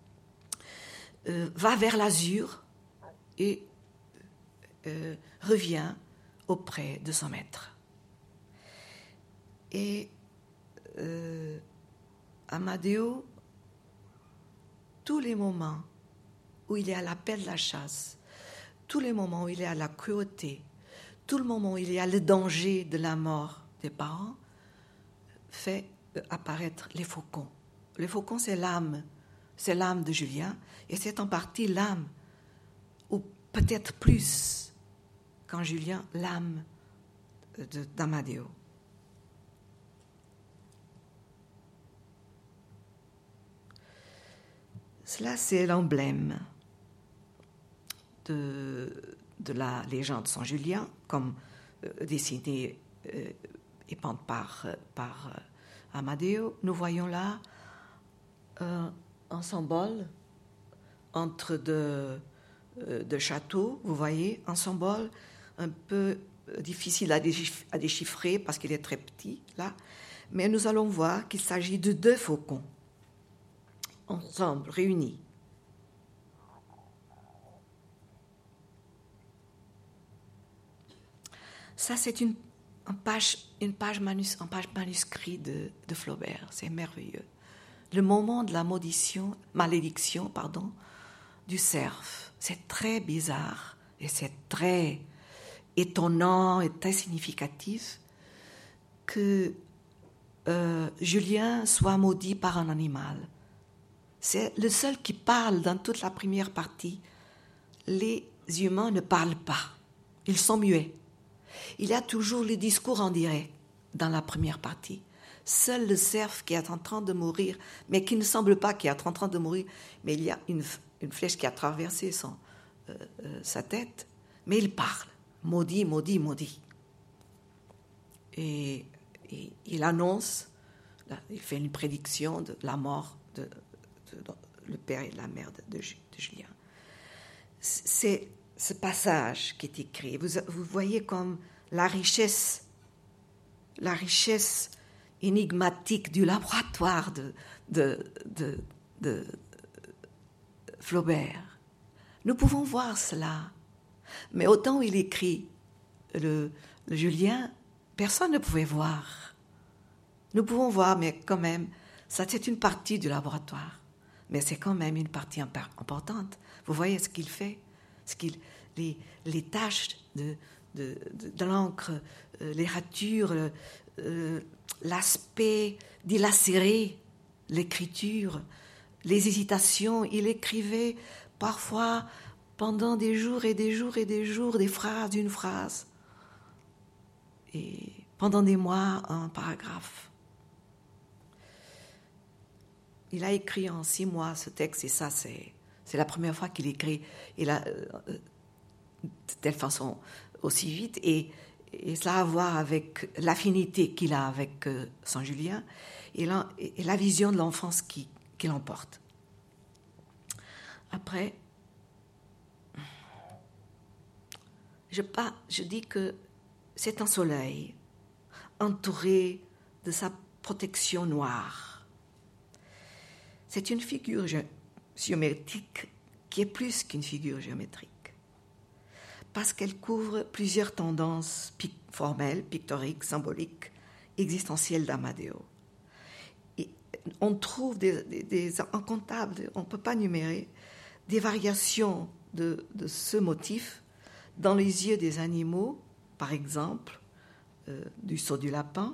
va vers l'azur et revient auprès de son maître. Et Amadeo, tous les moments où il est à l'appel de la chasse, tous les moments où il est à la cruauté, tout le moment où il y a le danger de la mort des parents, fait apparaître les faucons. Les faucons, c'est l'âme de Julien, et c'est en partie l'âme, ou peut-être plus qu'en Julien, l'âme d'Amadeo. Cela, c'est l'emblème de la légende de Saint Julien, comme dessinée et peinte par Amadeo. Nous voyons là un symbole entre deux châteaux, vous voyez, un symbole un peu difficile à déchiffrer parce qu'il est très petit, là, mais nous allons voir qu'il s'agit de deux faucons, ensemble, réunis. Ça, c'est une page manuscrite de Flaubert. C'est merveilleux. Le moment de la malédiction, du cerf. C'est très bizarre et c'est très étonnant et très significatif que Julien soit maudit par un animal. C'est le seul qui parle dans toute la première partie. Les humains ne parlent pas. Ils sont muets. Il y a toujours le discours en direct dans la première partie. Seul le cerf qui est en train de mourir, mais qui ne semble pas qu'il est en train de mourir, mais il y a une flèche qui a traversé sa tête, mais il parle. Maudit, maudit, maudit. Et il annonce, il fait une prédiction de la mort père et de la mère de Julien. C'est ce passage qui est écrit. Vous voyez comme la richesse énigmatique du laboratoire de Flaubert. Nous pouvons voir cela. Mais autant où il écrit le Julien, personne ne pouvait voir. Nous pouvons voir, mais quand même, ça c'est une partie du laboratoire. Mais c'est quand même une partie importante. Vous voyez ce qu'il fait, les taches de l'encre, les ratures, l'aspect dilacéré, l'écriture, les hésitations. Il écrivait parfois pendant des jours et des jours et des jours des phrases d'une phrase. Et pendant des mois, un paragraphe. Il a écrit en 6 mois ce texte, et ça, c'est la première fois qu'il écrit de telle façon aussi vite, et cela a à voir avec l'affinité qu'il a avec Saint-Julien et la vision de l'enfance qui l'emporte. Après, je dis que c'est un soleil entouré de sa protection noire. C'est une figure géométrique qui est plus qu'une figure géométrique, parce qu'elle couvre plusieurs tendances formelles, pictoriques, symboliques, existentielles d'Amadeo. Et on trouve des incomptables, on ne peut pas numérer, des variations de ce motif dans les yeux des animaux, par exemple, du saut du lapin,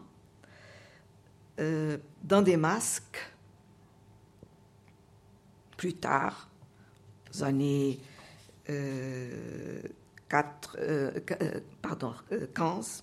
dans des masques, plus tard, aux années 15,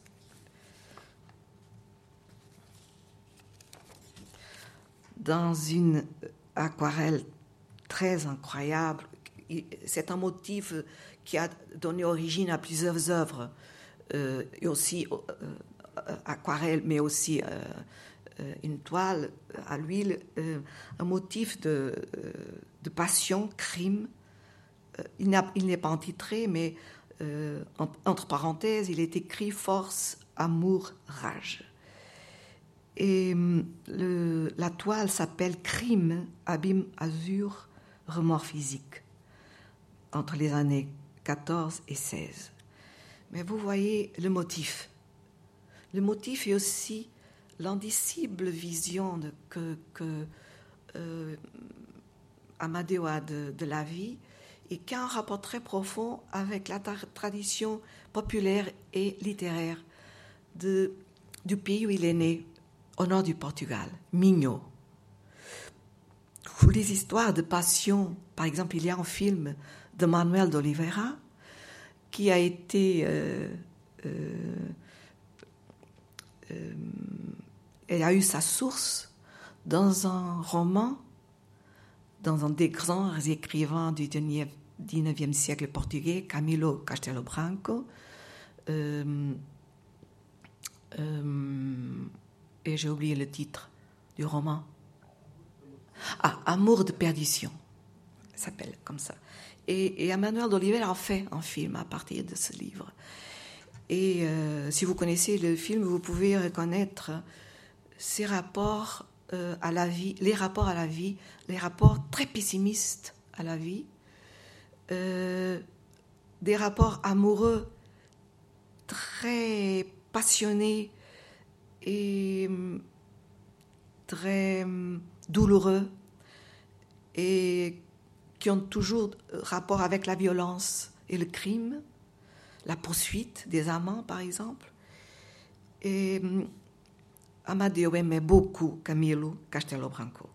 dans une aquarelle très incroyable. C'est un motif qui a donné origine à plusieurs œuvres, et aussi aquarelle, mais aussi une toile à l'huile, un motif de passion, crime. Il n'est pas entitré, mais entre parenthèses, il est écrit force, amour, rage. Et la toile s'appelle Crime, abîme, azur, remords physique, entre les années 14 et 16. Mais vous voyez le motif. Le motif est aussi l'indicible vision que Amadeo a de la vie, et qui a un rapport très profond avec la tradition populaire et littéraire du pays où il est né, au nord du Portugal, Minho. Pour les histoires de passion, par exemple, il y a un film de Manuel de Oliveira qui a été elle a eu sa source dans un roman, dans un des grands écrivains du XIXe siècle portugais, Camilo Castelo Branco, et j'ai oublié le titre du roman. Amour de perdition, ça s'appelle comme ça. Et Manuel de Oliveira a fait un film à partir de ce livre. Et si vous connaissez le film, vous pouvez reconnaître ces rapports à la vie, les rapports à la vie, les rapports très pessimistes à la vie, des rapports amoureux très passionnés et très douloureux, et qui ont toujours rapport avec la violence et le crime, la poursuite des amants, par exemple. Et Amadeo aimait beaucoup Camilo Castelo Branco.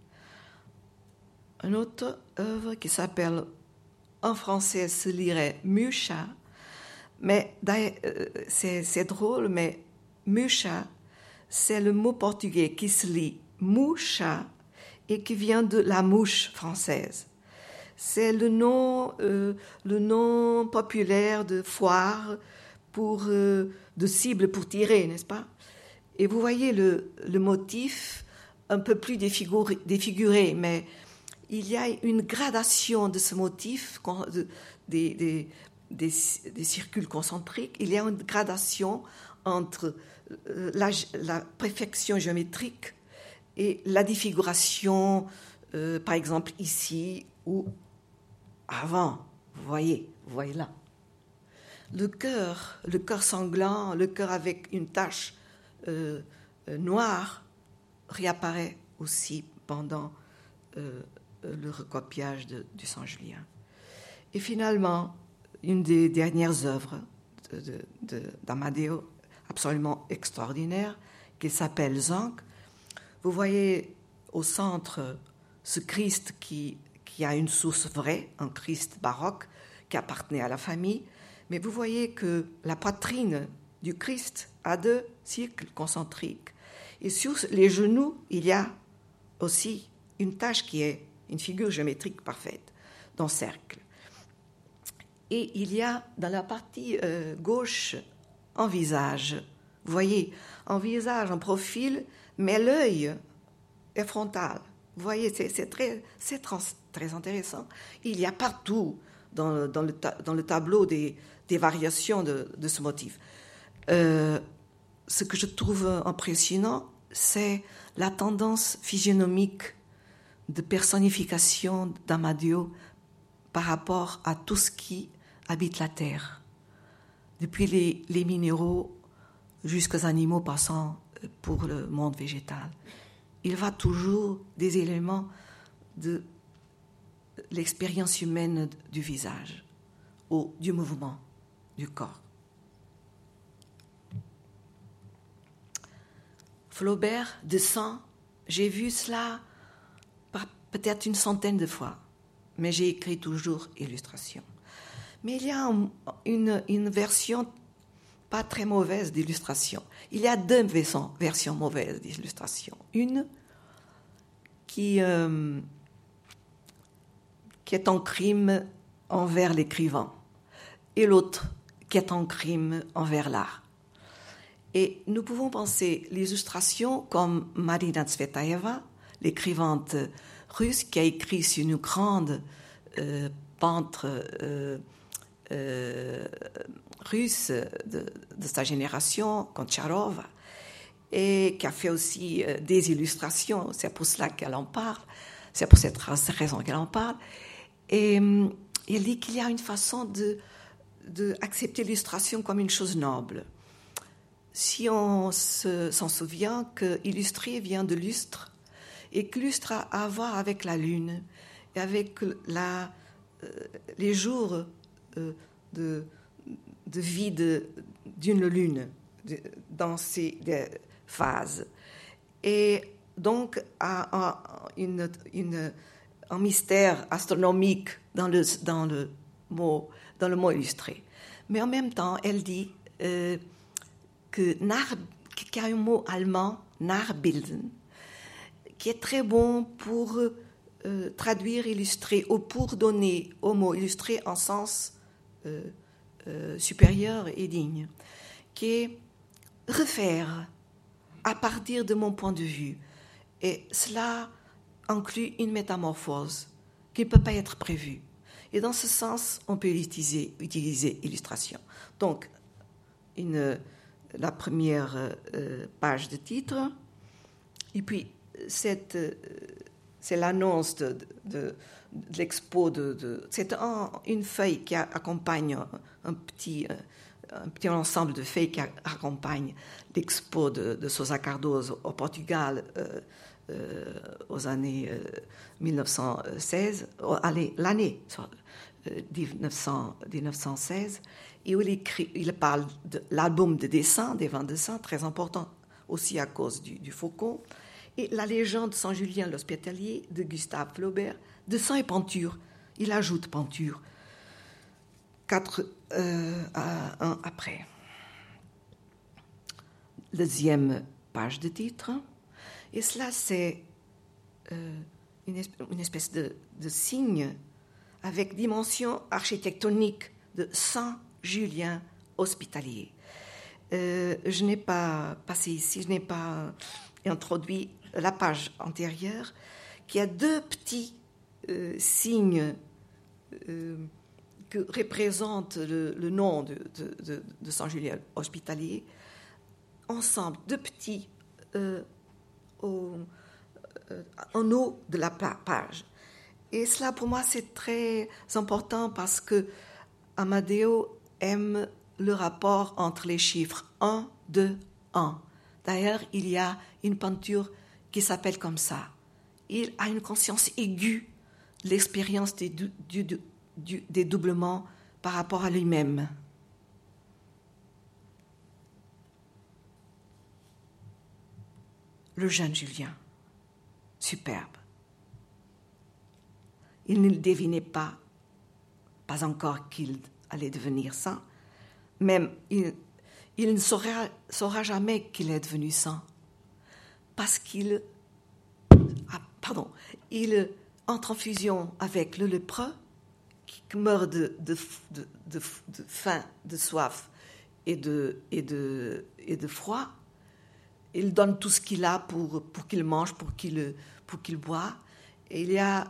Une autre œuvre qui s'appelle, en français se lirait Mucha, mais c'est drôle, mais Mucha, c'est le mot portugais qui se lit moucha et qui vient de la mouche française. C'est le nom populaire de foire de cible pour tirer, n'est-ce pas? Et vous voyez le motif un peu plus défiguré, mais il y a une gradation de ce motif, des circules concentriques. Il y a une gradation entre la perfection géométrique et la défiguration, par exemple ici ou avant. Vous voyez là. Le cœur sanglant, le cœur avec une tache noire réapparaît aussi pendant le recopiage du Saint-Julien. Et finalement, une des dernières œuvres d'Amadeo, absolument extraordinaire, qui s'appelle Zank. Vous voyez au centre ce Christ qui a une source vraie, un Christ baroque qui appartenait à la famille, mais vous voyez que la poitrine du Christ a 2 cercles concentriques. Et sur les genoux, il y a aussi une tache qui est une figure géométrique parfaite, dans cercle. Et il y a dans la partie gauche un visage. Vous voyez, un visage en profil, mais l'œil est frontal. Vous voyez, c'est très intéressant. Il y a partout dans le tableau des variations de ce motif. Ce que je trouve impressionnant, c'est la tendance physionomique de personnification d'Amadeo par rapport à tout ce qui habite la terre, depuis les minéraux jusqu'aux animaux passant pour le monde végétal. Il va toujours des éléments de l'expérience humaine du visage ou du mouvement du corps. Flaubert descend, j'ai vu cela peut-être une centaine de fois, mais j'ai écrit toujours illustration. Mais il y a une version pas très mauvaise d'illustration. Il y a 2 versions mauvaises d'illustration. Une qui est en crime envers l'écrivain et l'autre qui est en crime envers l'art. Et nous pouvons penser l'illustration comme Marina Tsvetaeva, l'écrivainte russe qui a écrit sur une grande peintre russe de sa génération, Koncharova, et qui a fait aussi des illustrations. C'est pour cela qu'elle en parle, c'est pour cette raison qu'elle en parle. Et elle dit qu'il y a une façon d'accepter l'illustration comme une chose noble. Si on s'en souvient que illustrer vient de lustre, et que lustre a à voir avec la lune, et avec les jours de vie d'une lune dans ces phases. Et donc un mystère astronomique dans le mot illustré. Mais en même temps, elle dit qu'il y a un mot allemand, Nachbilden, qui est très bon pour traduire illustrer ou pour donner au mot illustré un sens supérieur et digne, qui est refaire à partir de mon point de vue. Et cela inclut une métamorphose qui ne peut pas être prévue. Et dans ce sens, on peut utiliser illustration. Donc, la première page de titre, et puis c'est l'annonce de l'expo. C'est une feuille qui accompagne un petit ensemble de feuilles qui accompagne l'expo de Sousa Cardoso au Portugal aux années 1916, l'année 1916, et où il parle de l'album de dessin, des 20 dessins, très important aussi à cause du Faucon, et la légende de Saint-Julien l'Hospitalier de Gustave Flaubert, dessin et peinture. Il ajoute peinture 4 ans après. Deuxième page de titre, et cela c'est une espèce de signe avec dimension architectonique de Saint-Julien Hospitalier. Je n'ai pas passé ici, je n'ai pas introduit la page antérieure qui a 2 petits signes que représente le nom de Saint Julien hospitalier, ensemble, de petits, en haut de la page. Et cela, pour moi, c'est très important parce que Amadeo aime le rapport entre les chiffres 1, 2, 1. D'ailleurs, il y a une peinture qui s'appelle comme ça. Il a une conscience aiguë de l'expérience des doublements par rapport à lui-même. Le jeune Julien, superbe. Il ne devinait pas encore qu'il allait devenir saint. Même, il ne saura jamais qu'il est devenu saint. Parce qu'il entre en fusion avec le lépreux, qui meurt de faim, de soif et de froid. Il donne tout ce qu'il a pour qu'il mange, pour qu'il boit. Et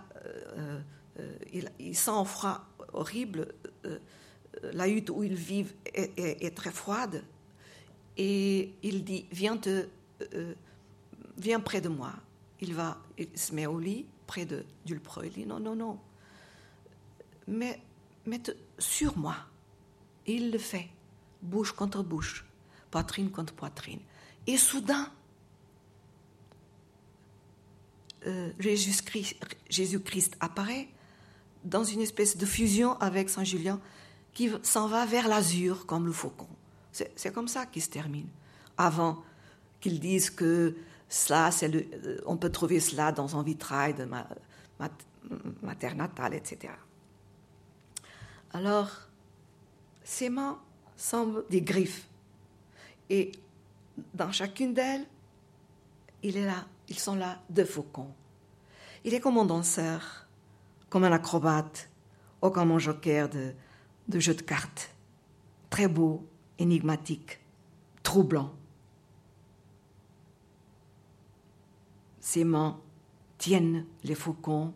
il sent un froid horrible. La hutte où ils vivent est très froide. Et il dit, viens près de moi. Il se met au lit, près du lépreux. Il dit, non. Mais sur moi. Et il le fait, bouche contre bouche, poitrine contre poitrine. Et soudain, Jésus-Christ apparaît dans une espèce de fusion avec Saint Julien qui s'en va vers l'azur comme le faucon. C'est comme ça qu'il se termine. Avant qu'ils disent que cela, on peut trouver cela dans un vitrail de ma terre natale, etc. Alors, ses mains semblent des griffes. Et dans chacune d'elles, ils sont là deux faucons. Il est comme un danseur, comme un acrobate, ou comme un joker de jeu de cartes. Très beau, énigmatique, troublant. Ses mains tiennent les faucons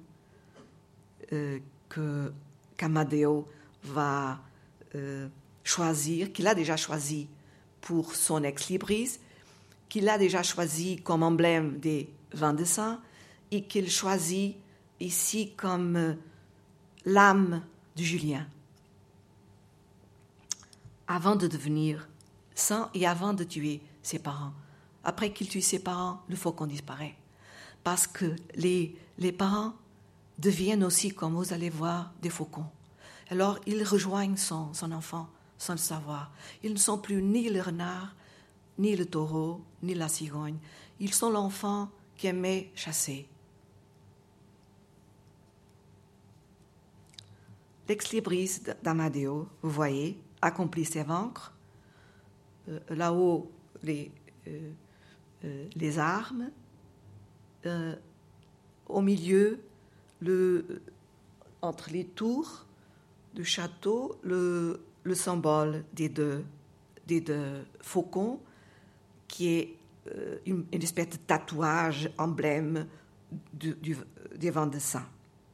qu'Amadeo va choisir, qu'il a déjà choisi pour son ex-libris, qu'il a déjà choisi comme emblème des vins de saint et qu'il choisit ici comme l'âme de Julien. Avant de devenir saint et avant de tuer ses parents. Après qu'il tue ses parents, le faucon disparaît. Parce que les parents deviennent aussi, comme vous allez voir, des faucons. Alors, ils rejoignent son enfant sans le savoir. Ils ne sont plus ni le renard, ni le taureau, ni la cigogne. Ils sont l'enfant qui aimait chasser. L'ex-libris d'Amadeo, vous voyez, accomplit ses vaincres. Là-haut, les armes. Au milieu, entre les tours du château, le symbole des deux faucons, qui est une espèce de tatouage, emblème des vents de sang.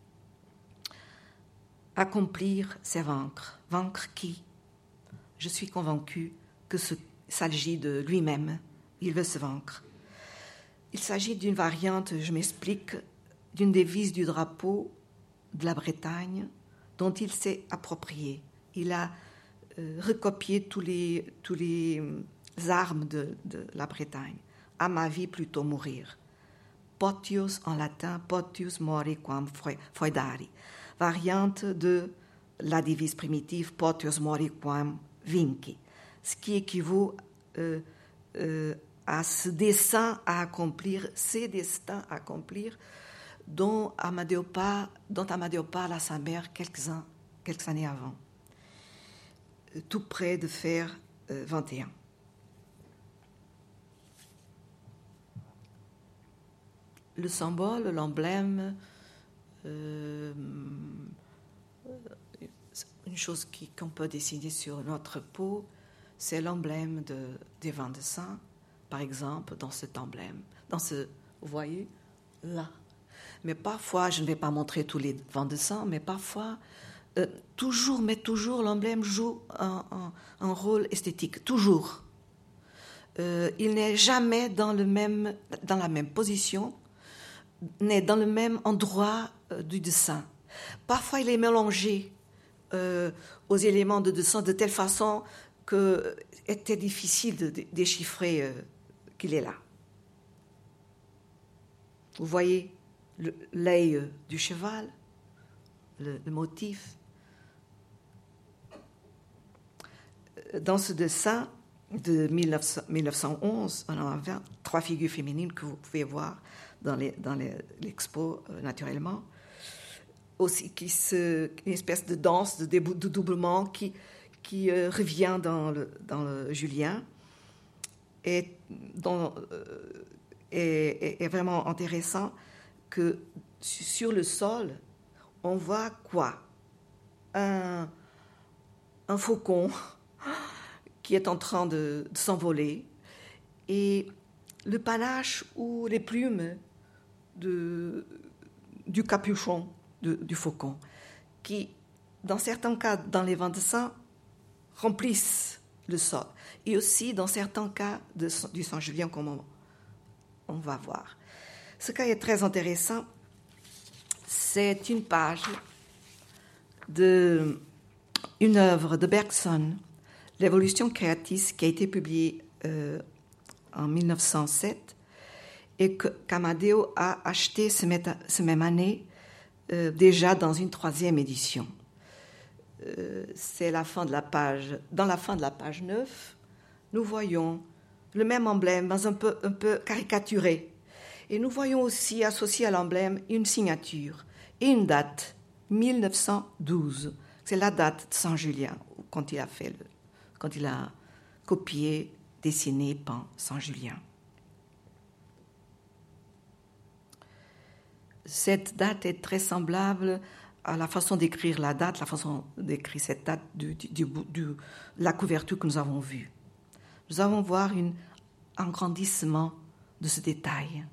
Accomplir, c'est vaincre. Vaincre qui? Je suis convaincue que s'agit de lui-même. Il veut se vaincre. Il s'agit d'une variante, je m'explique, d'une devise du drapeau de la Bretagne dont il s'est approprié. Il a recopié tous les armes de la Bretagne. À ma vie, plutôt mourir. Potius en latin, potius mori quam foedari. Variante de la devise primitive, potius mori quam vinci. Ce qui équivaut à ce dessein à accomplir, ces destins à accomplir, dont Amadeo parle à sa mère quelques années avant, tout près de faire 21. Le symbole, l'emblème, une chose qu'on peut dessiner sur notre peau, c'est l'emblème des vins de sang. Par exemple, dans cet emblème, vous voyez, là. Mais parfois, je ne vais pas montrer tous les vents de sang, mais parfois, toujours l'emblème joue un rôle esthétique, toujours. Il n'est jamais dans la même position, n'est dans le même endroit du dessin. Parfois, il est mélangé aux éléments de dessin de telle façon que était difficile de déchiffrer qu'il est là. Vous voyez l'œil du cheval, le motif. Dans ce dessin de 1911, on a 3 figures féminines que vous pouvez voir dans l'expo, naturellement. Aussi, une espèce de danse, de doublement qui revient dans le Julien et est vraiment intéressant que sur le sol, on voit quoi? Un faucon qui est en train de s'envoler et le panache ou les plumes du capuchon du faucon qui, dans certains cas, dans les vents de sang, remplissent le sol. Et aussi, dans certains cas du Saint-Julien, comme on va voir. Ce cas est très intéressant. C'est une page d'une œuvre de Bergson, L'évolution créatrice, qui a été publiée en 1907 et qu'Amadeo a acheté cette même année, déjà dans une 3e édition. C'est la fin de la page. Dans la fin de la page 9, nous voyons le même emblème, mais un peu caricaturé. Et nous voyons aussi, associé à l'emblème, une signature et une date, 1912. C'est la date de Saint-Julien, quand il a copié, dessiné, peint Saint-Julien. Cette date est très semblable à la façon d'écrire la date, la façon d'écrire cette date de la couverture que nous avons vue. Nous allons voir un grandissement de ce détail.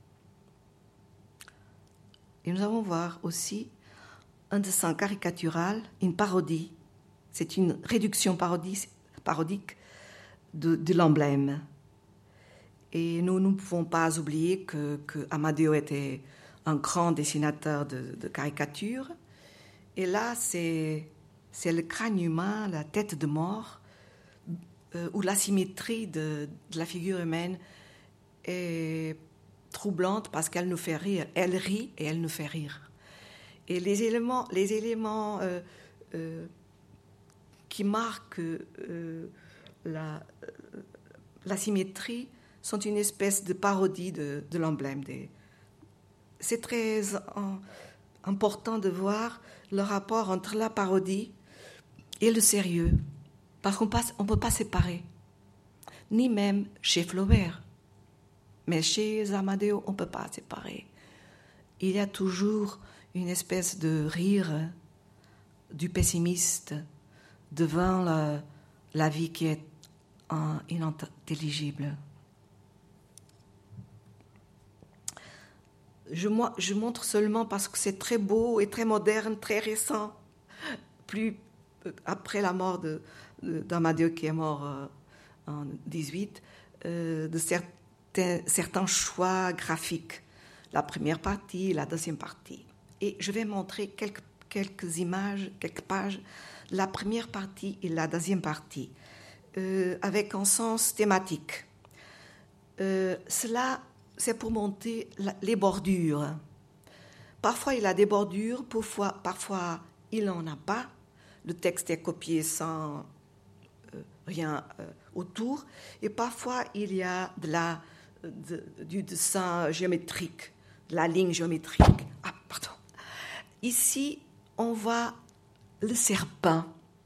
Et nous allons voir aussi un dessin caricatural, une parodie. C'est une réduction parodique de l'emblème. Et nous ne pouvons pas oublier que Amadeo était un grand dessinateur de caricatures. Et là, c'est le crâne humain, la tête de mort, où la symétrie de la figure humaine est troublante parce qu'elle nous fait rire. Elle rit et elle nous fait rire. Et les éléments qui marquent la symétrie sont une espèce de parodie de l'emblème. C'est très important de voir le rapport entre la parodie et le sérieux, parce qu'on ne peut pas séparer, ni même chez Flaubert, mais chez Amadeo, on ne peut pas séparer. Il y a toujours une espèce de rire du pessimiste devant la vie qui est inintelligible. Je montre seulement parce que c'est très beau et très moderne, très récent. Plus après la mort d'Amadeo, qui est mort en 18, de certains choix graphiques. La première partie, la deuxième partie. Et je vais montrer quelques images, quelques pages, la première partie et la deuxième partie, avec un sens thématique. Cela, c'est pour monter les bordures. Parfois, il a des bordures, parfois il n'en a pas. Le texte est copié sans rien autour. Et parfois, il y a du dessin géométrique, de la ligne géométrique. Ah, pardon. Ici, on voit le serpent.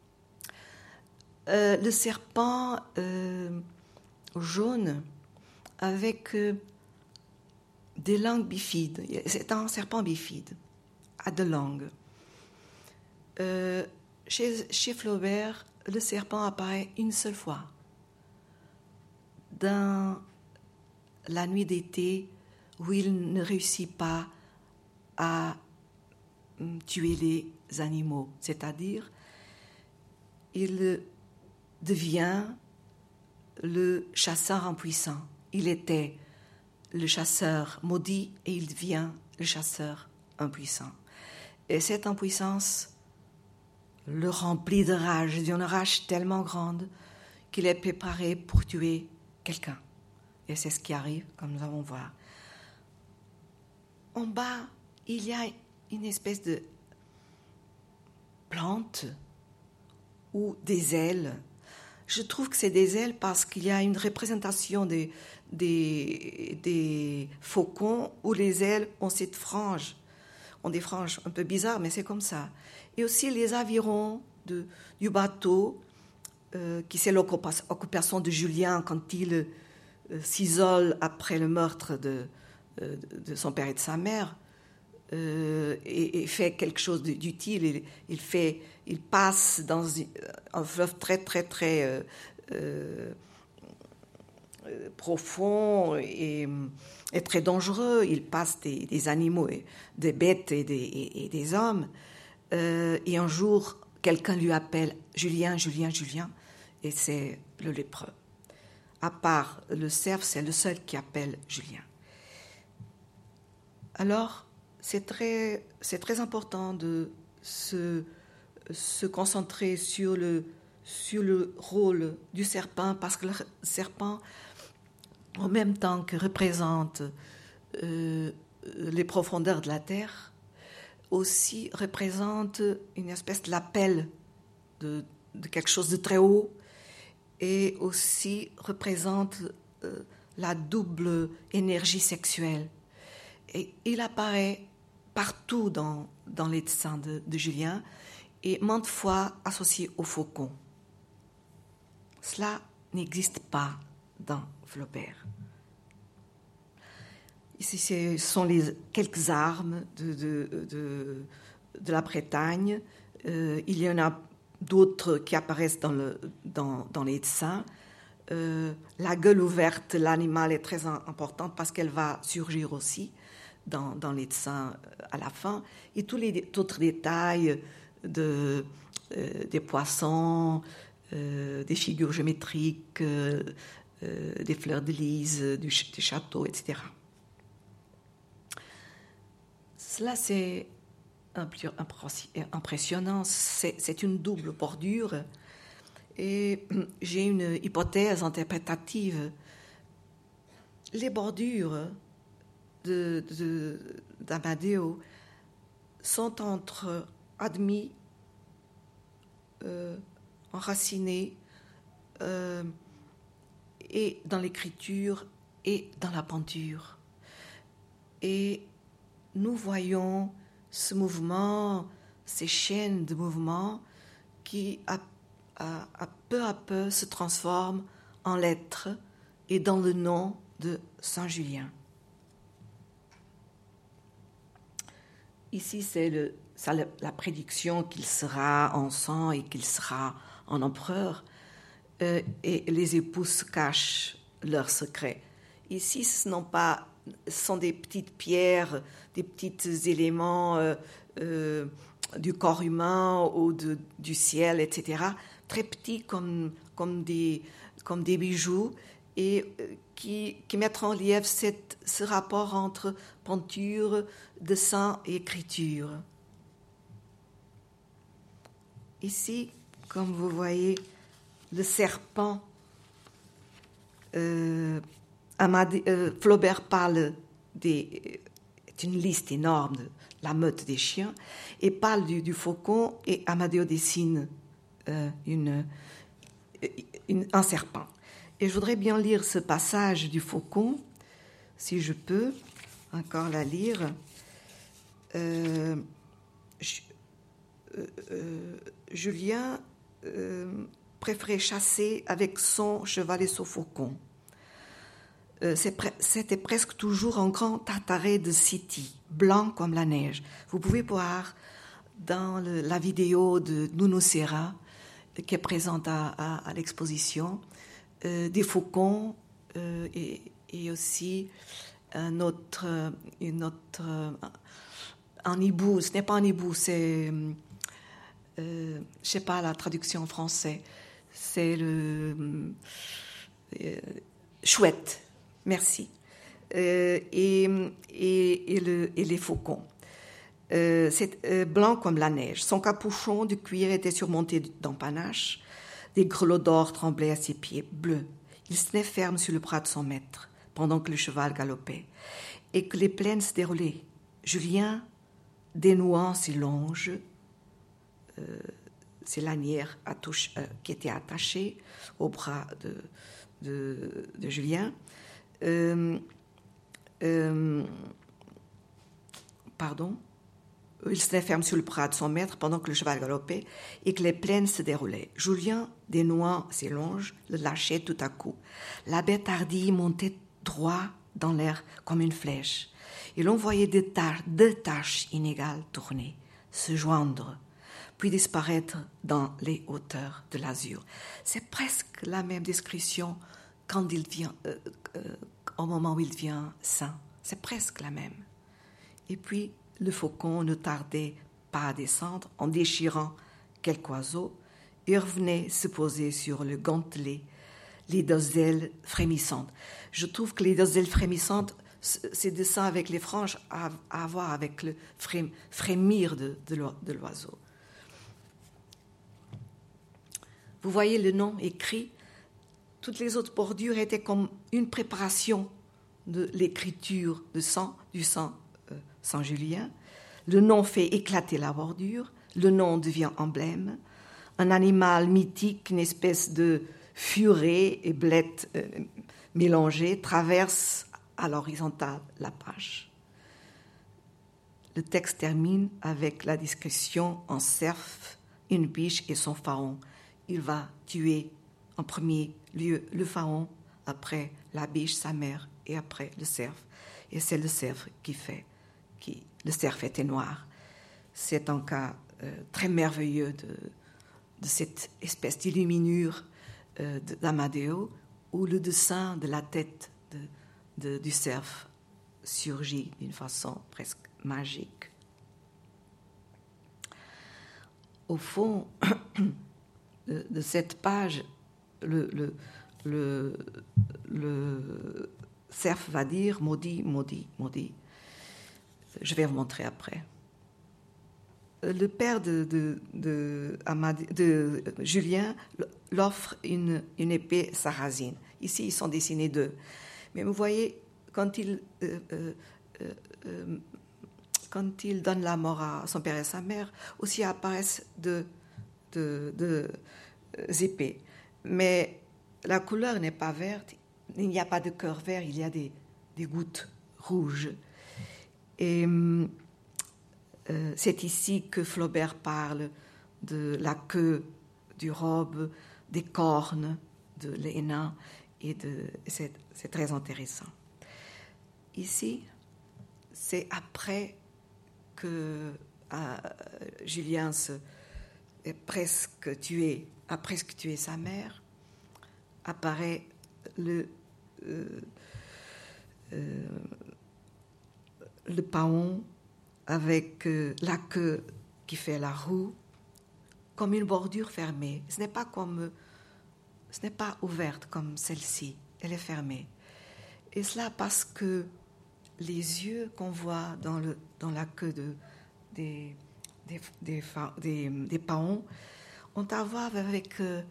Le serpent jaune avec des langues bifides. C'est un serpent bifide, à 2 langues. Chez Flaubert, le serpent apparaît une seule fois. Dans la nuit d'été, où il ne réussit pas à tuer les animaux, c'est-à-dire il devient le chasseur impuissant. Il était le chasseur maudit et il devient le chasseur impuissant. Et cette impuissance le remplit de rage, d'une rage tellement grande qu'il est préparé pour tuer quelqu'un. Et c'est ce qui arrive, comme nous allons voir. En bas, il y a une espèce de plante ou des ailes. Je trouve que c'est des ailes parce qu'il y a une représentation des faucons où les ailes ont cette frange, ont des franges un peu bizarres, mais c'est comme ça. Et aussi les avirons du bateau, qui c'est l'occupation de Julien quand il s'isole après le meurtre de son père et de sa mère, et fait quelque chose d'utile. Il passe dans un fleuve très, très, très profond et très dangereux. Il passe des animaux, des bêtes et des hommes. Et un jour, quelqu'un lui appelle « Julien, Julien, Julien », et c'est le lépreux. À part le cerf, c'est le seul qui appelle Julien. Alors, c'est très important de se concentrer sur le rôle du serpent, parce que le serpent, en même temps que représente les profondeurs de la terre, aussi représente une espèce d'appel de quelque chose de très haut, et aussi représente la double énergie sexuelle. Et il apparaît partout dans les dessins de Julien, et maintes fois associé au faucon. Cela n'existe pas dans Flaubert. Ici, ce sont quelques armes de la Bretagne. Il y en a d'autres qui apparaissent dans les dessins. La gueule ouverte, l'animal est très important parce qu'elle va surgir aussi dans les dessins à la fin. Et tous les autres détails des poissons, des figures géométriques, des fleurs de lys, des châteaux, etc. Cela, c'est impressionnant. C'est une double bordure. Et j'ai une hypothèse interprétative. Les bordures d'Amadeo sont admis, enracinés, et dans l'écriture et dans la peinture. Et nous voyons ce mouvement, ces chaînes de mouvements qui, peu à peu, se transforment en lettres et dans le nom de Saint-Julien. Ici, c'est la prédiction qu'il sera en sang et qu'il sera en empereur, et les épouses cachent leurs secrets. Ici, ce sont des petites pierres, des petits éléments du corps humain ou du ciel, etc., très petits comme des bijoux, et qui mettent en relief ce rapport entre peinture, dessin et écriture. Ici, comme vous voyez, le serpent, Flaubert parle c'est une liste énorme de la meute des chiens, et parle du faucon, et Amadeo dessine un serpent. Et je voudrais bien lire ce passage du faucon, si je peux encore la lire. Julien préférait chasser avec son cheval et son faucon. C'était presque toujours un grand tartaret de City, blanc comme la neige. Vous pouvez voir dans la vidéo de Nuno Serra, qui est présente à l'exposition, des faucons, et aussi une autre en hibou, ce n'est pas un hibou, c'est, je ne sais pas la traduction en français, c'est le chouette, merci, et les faucons. C'est blanc comme la neige. Son capuchon de cuir était surmonté d'empanaches. Des grelots d'or tremblaient à ses pieds bleus. Il se tenait ferme sur le bras de son maître pendant que le cheval galopait et que les plaines se déroulaient. Julien, dénouant ses longes, ses lanières qui étaient attachées au bras de Julien, il se tenait ferme sur le bras de son maître pendant que le cheval galopait et que les plaines se déroulaient. Julien, dénouant ses longes, le lâchait tout à coup. La bête hardie montait droit dans l'air comme une flèche. Et l'on voyait deux taches inégales tourner, se joindre, puis disparaître dans les hauteurs de l'azur. C'est presque la même description quand il vient, au moment où il devient saint. C'est presque la même. Et puis, le faucon ne tardait pas à descendre en déchirant quelques oiseaux et revenait se poser sur le gantelet, les deux ailes frémissantes. Je trouve que les deux ailes frémissantes, ces dessins avec les franges, à voir avec le frémir de l'oiseau. Vous voyez le nom écrit. Toutes les autres bordures étaient comme une préparation de l'écriture du sang Saint Julien. Le nom fait éclater la bordure, le nom devient emblème, un animal mythique, une espèce de furet et blette mélangée, traverse à l'horizontale la page. Le texte termine avec la description en cerf, une biche et son faon. Il va tuer en premier lieu le faon, après la biche, sa mère, et après le cerf. Et c'est le cerf le cerf était noir. C'est un cas très merveilleux de cette espèce d'illuminure d'Amadeo, où le dessin de la tête du cerf surgit d'une façon presque magique. Au fond de cette page, le cerf va dire « maudit, maudit, maudit ». Je vais vous montrer après. Le père de Julien l'offre une épée sarrasine. Ici, ils sont dessinés deux. Mais vous voyez, quand il donne la mort à son père et sa mère, aussi apparaissent deux épées. Mais la couleur n'est pas verte, il n'y a pas de cœur vert, il y a des gouttes rouges. Et c'est ici que Flaubert parle de la queue du robe, des cornes de l'Hénin, c'est très intéressant. Ici, c'est après que Julien a presque tué sa mère, apparaît le paon avec la queue qui fait la roue, comme une bordure fermée. Ce n'est pas ouverte comme celle-ci, elle est fermée. Et cela parce que les yeux qu'on voit dans la queue des paons ont à voir avec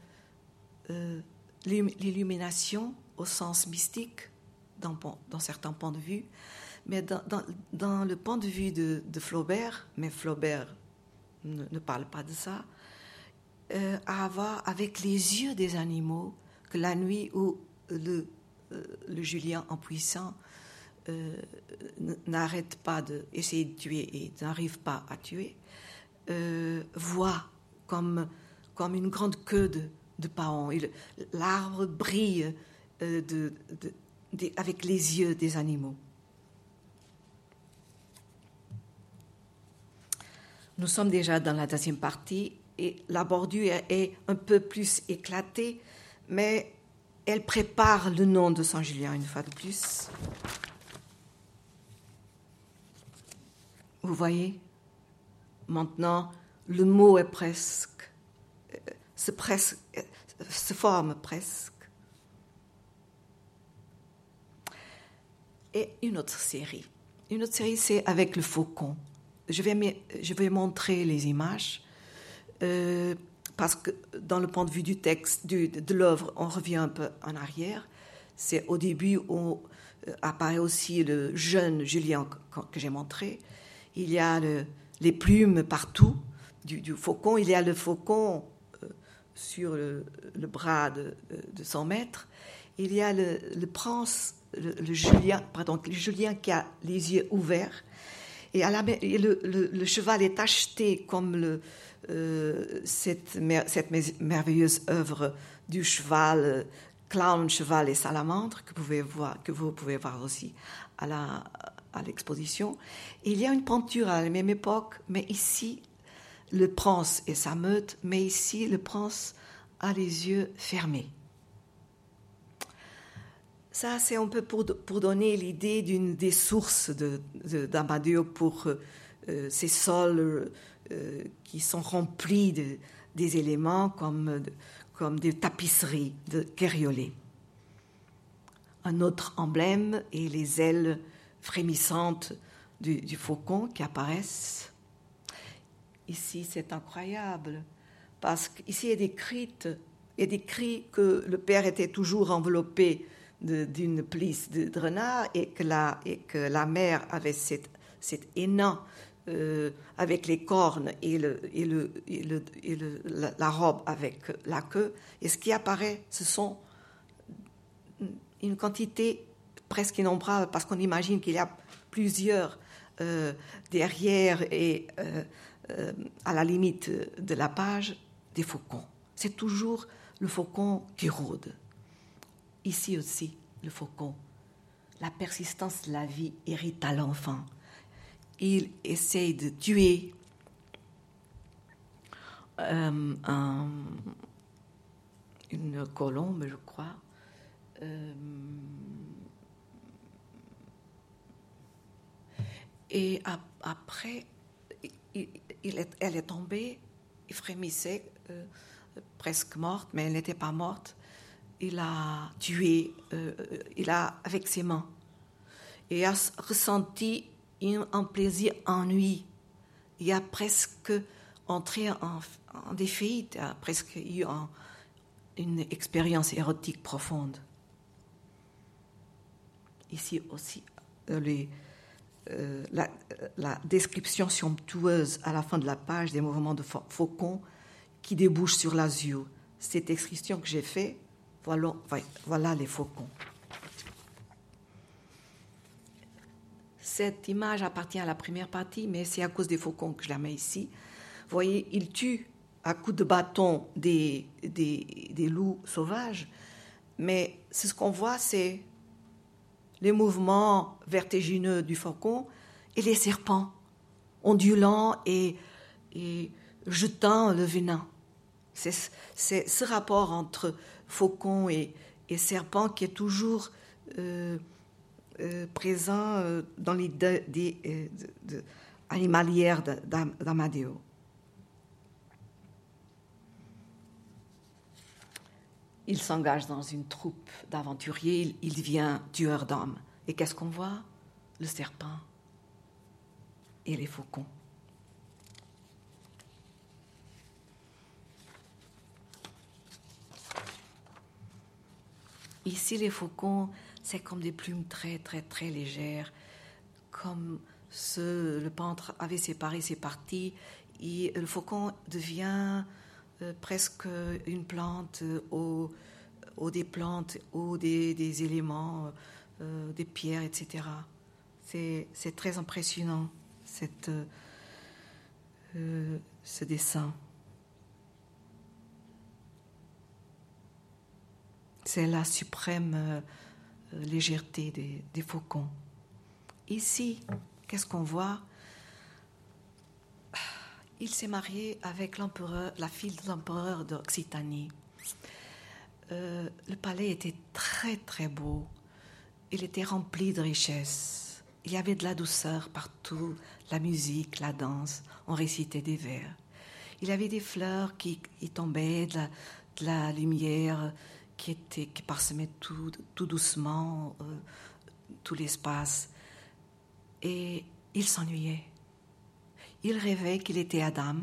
l'illumination au sens mystique dans certains points de vue, mais dans le point de vue de Flaubert, mais Flaubert ne parle pas de ça, à voir avec les yeux des animaux que la nuit où le Julien impuissant n'arrête pas d'essayer de tuer et n'arrive pas à tuer, voit comme une grande queue de paon. L'arbre brille avec les yeux des animaux. Nous sommes déjà dans la deuxième partie et la bordure est un peu plus éclatée, mais elle prépare le nom de Saint Julien une fois de plus. Vous voyez, maintenant, le mot est presque, se forme presque. Et une autre série. Une autre série, c'est avec le faucon. Je vais montrer les images parce que dans le point de vue du texte, de l'œuvre, on revient un peu en arrière. C'est au début où apparaît aussi le jeune Julien que j'ai montré. Il y a les plumes partout du faucon. Il y a le faucon sur le bras de son maître. Il y a le prince, le Julien qui a les yeux ouverts. Et le cheval est acheté comme cette merveilleuse œuvre du cheval, clown, cheval et salamandre, que vous pouvez voir aussi à l'exposition. Et il y a une peinture à la même époque, mais ici, le prince et sa meute, mais ici, le prince a les yeux fermés. Ça, c'est un peu pour donner l'idée des sources d'Amadeo pour ces sols qui sont remplis des éléments comme des tapisseries de Kériolé. Un autre emblème est les ailes frémissantes du faucon qui apparaissent. Ici, c'est incroyable, parce qu'ici, il est décrit que le père était toujours enveloppé d'une plisse de renard et que la mère avait cet énan avec les cornes et la robe avec la queue. Et ce qui apparaît, ce sont une quantité presque innombrable, parce qu'on imagine qu'il y a plusieurs derrière et à la limite de la page, des faucons. C'est toujours le faucon qui rôde. Ici aussi, le faucon. La persistance de la vie hérite à l'enfant. Il essaye de tuer une colombe, je crois. Et après, elle est tombée, il frémissait, presque morte, mais elle n'était pas morte. Il a tué, avec ses mains, et a ressenti un plaisir ennui. Il a presque entré en défaillite, a presque eu une expérience érotique profonde. Ici aussi, la description somptueuse à la fin de la page des mouvements de faucon qui débouchent sur l'azur. Cette description que j'ai faite, voilà les faucons. Cette image appartient à la première partie, mais c'est à cause des faucons que je la mets ici. Vous voyez, il tue à coups de bâton des loups sauvages, mais ce qu'on voit, c'est les mouvements vertigineux du faucon et les serpents ondulant et jetant le venin. C'est ce rapport entre faucon et serpent qui est toujours présent dans l'idée animalière d'Amadeo. Il s'engage dans une troupe d'aventuriers, il devient tueur d'hommes. Et qu'est-ce qu'on voit? Le serpent et les faucons. Ici, les faucons, c'est comme des plumes très, très, très légères, comme le peintre avait séparé ses parties, et le faucon devient presque une plante, ou des plantes, ou des éléments, des pierres, etc. C'est très impressionnant, ce dessin. C'est la suprême légèreté des faucons. Ici, qu'est-ce qu'on voit? Il s'est marié avec la fille de l'empereur d'Occitanie. Le palais était très, très beau. Il était rempli de richesses. il y avait de la douceur partout, la musique, la danse, on récitait des vers. Il y avait des fleurs qui tombaient, de la lumière qui parsemait tout doucement tout l'espace. Et il s'ennuyait. Il rêvait qu'il était Adam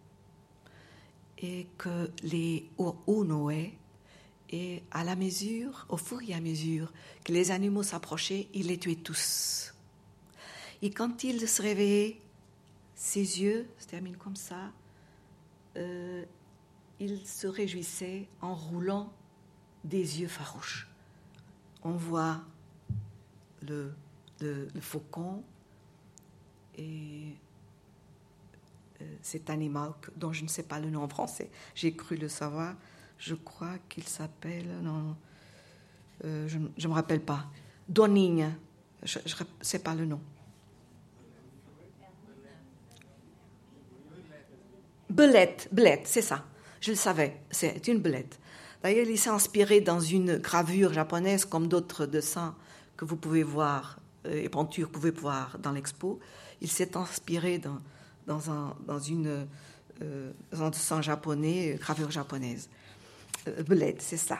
et que les Onoé, et au fur et à mesure que les animaux s'approchaient, il les tuait tous. Et quand il se réveillait, ses yeux se terminent comme ça, il se réjouissait en roulant des yeux farouches. On voit le faucon et cet animal dont je ne sais pas le nom en français. J'ai cru le savoir. Je crois qu'il s'appelle... Non, je ne me rappelle pas. Donning. Je ne sais pas le nom. Belette, c'est ça. Je le savais, c'est une belette. D'ailleurs, il s'est inspiré dans une gravure japonaise, comme d'autres dessins que vous pouvez voir, et peintures que vous pouvez voir dans l'expo. Il s'est inspiré dans un dessin japonais, gravure japonaise. Belette, c'est ça.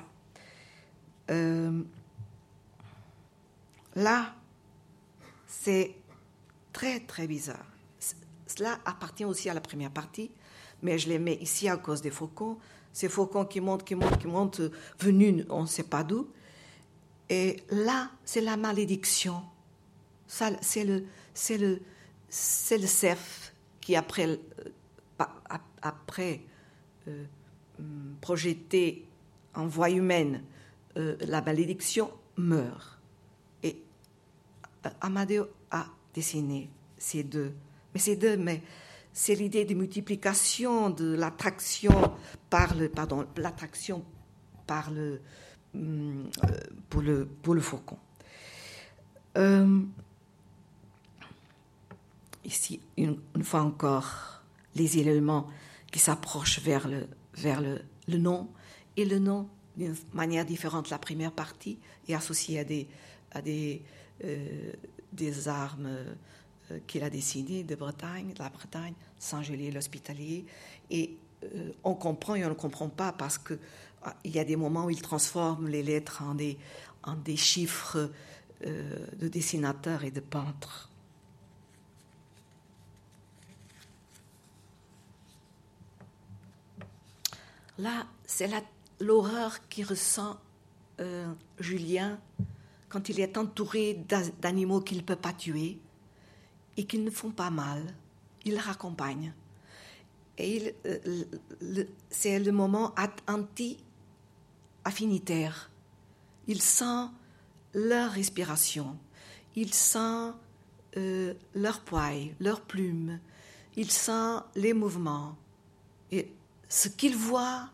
Là, c'est très, très bizarre. Cela appartient aussi à la première partie, mais je les mets ici à cause des faucons. Ces faucons qui montent, venus on ne sait pas d'où. Et là, c'est la malédiction. Ça, c'est le cerf qui, après projeter en voie humaine la malédiction, meurt. Et Amadeo a dessiné ces deux. Mais c'est l'idée de multiplication de l'attraction pour le faucon. Ici, une fois encore, les éléments qui s'approchent vers le nom, et le nom, d'une manière différente, la première partie est associée à des armes qu'il a dessinées de la Bretagne, Saint-Gelais, l'Hospitalier, et on comprend et on ne comprend pas parce que il y a des moments où il transforme les lettres en des chiffres de dessinateurs et de peintres. Là, c'est l'horreur qui ressent Julien quand il est entouré d'animaux qu'il ne peut pas tuer et qui ne font pas mal. Il les raccompagne. Et c'est le moment anti-affinitaire. Il sent leur respiration, il sent leur poil, leurs plumes, il sent les mouvements. Et ce qu'il voit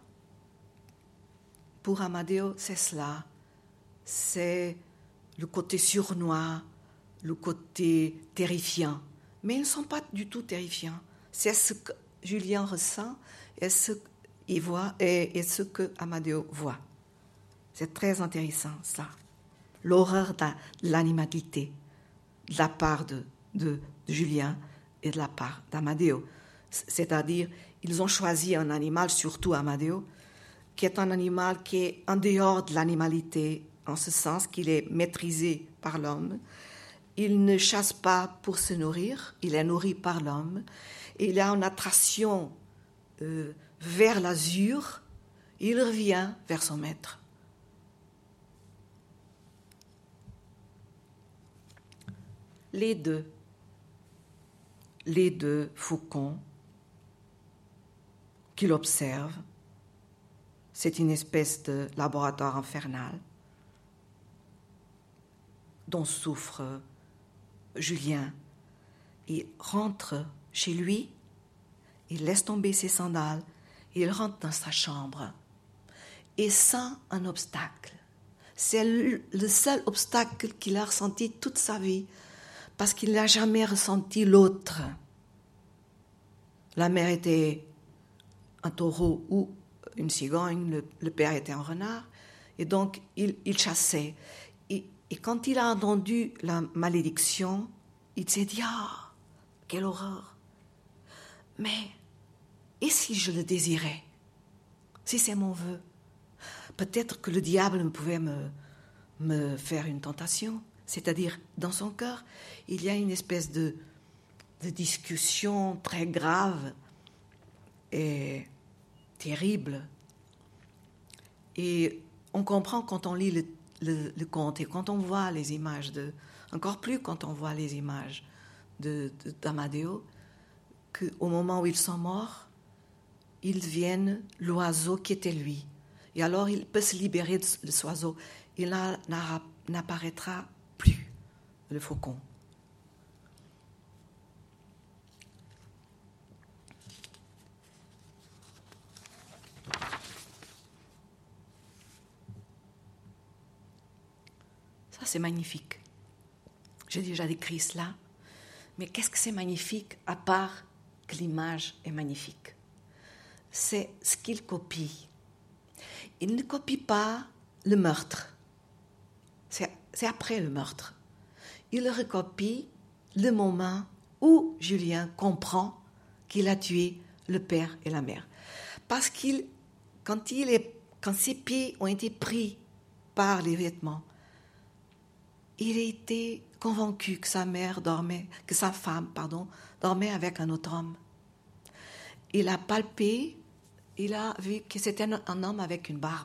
pour Amadeo, c'est cela. C'est le côté sournois, le côté terrifiant. Mais ils ne sont pas du tout terrifiants. C'est ce que Julien ressent et ce qu'il voit et ce que Amadeo voit. C'est très intéressant, ça. L'horreur de l'animalité de la part de Julien et de la part d'Amadeo. C'est-à-dire, ils ont choisi un animal, surtout Amadeo, qui est un animal qui est en dehors de l'animalité, en ce sens qu'il est maîtrisé par l'homme. Il ne chasse pas pour se nourrir, il est nourri par l'homme. Et il a une attraction vers l'azur, il revient vers son maître. Les deux faucons qu'il observe, c'est une espèce de laboratoire infernal dont souffre Julien. Il rentre chez lui, il laisse tomber ses sandales, et il rentre dans sa chambre et sent un obstacle. C'est le seul obstacle qu'il a ressenti toute sa vie, parce qu'il n'a jamais ressenti l'autre. La mère était un taureau ou une cigogne, le père était un renard, et donc il chassait. Et quand il a entendu la malédiction, il s'est dit, ah, quelle horreur. Mais, et si je le désirais? Si c'est mon vœu? Peut-être que le diable pouvait me faire une tentation. C'est-à-dire, dans son cœur, il y a une espèce de discussion très grave et terrible. Et on comprend quand on lit le conte et quand on voit les images encore plus quand on voit les images d'Amadeo, qu'au moment où ils sont morts, ils deviennent l'oiseau qui était lui. Et alors il peut se libérer de cet oiseau. Il n'apparaîtra plus, le faucon. Ça, c'est magnifique. J'ai déjà décrit cela. Mais qu'est-ce que c'est magnifique, à part que l'image est magnifique? C'est ce qu'il copie. Il ne copie pas le meurtre. C'est après le meurtre. Il recopie le moment où Julien comprend qu'il a tué le père et la mère. Parce quand ses pieds ont été pris par les vêtements, il a été convaincu que sa femme dormait avec un autre homme. Il a palpé, il a vu que c'était un homme avec une barbe.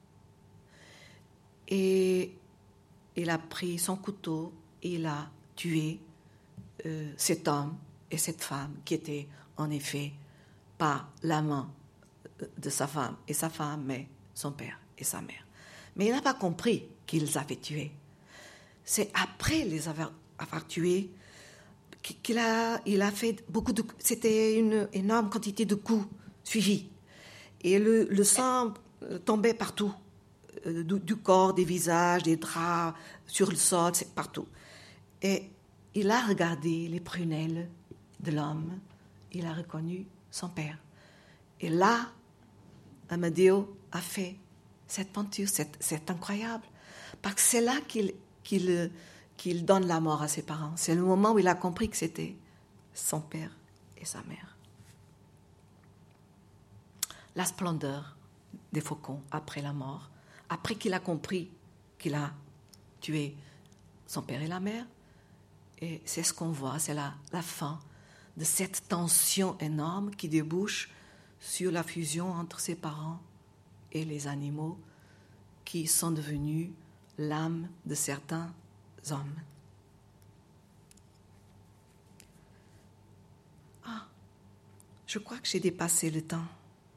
Et il a pris son couteau et il a tué cet homme et cette femme qui étaient en effet pas l'amant de sa femme et sa femme, mais son père et sa mère. Mais il n'a pas compris qu'ils avaient tué. C'est après les avoir tués qu'il a fait beaucoup de... C'était une énorme quantité de coups suivis. Et le sang tombait partout, du corps, des visages, des draps, sur le sol, c'est partout. Et il a regardé les prunelles de l'homme, il a reconnu son père. Et là, Amadeo a fait cette peinture, c'est incroyable, parce que c'est là qu'il donne la mort à ses parents. C'est le moment où il a compris que c'était son père et sa mère. La splendeur des faucons après la mort, après qu'il a compris qu'il a tué son père et la mère, et c'est ce qu'on voit, c'est la fin de cette tension énorme qui débouche sur la fusion entre ses parents et les animaux qui sont devenus l'âme de certains hommes. Ah, je crois que j'ai dépassé le temps.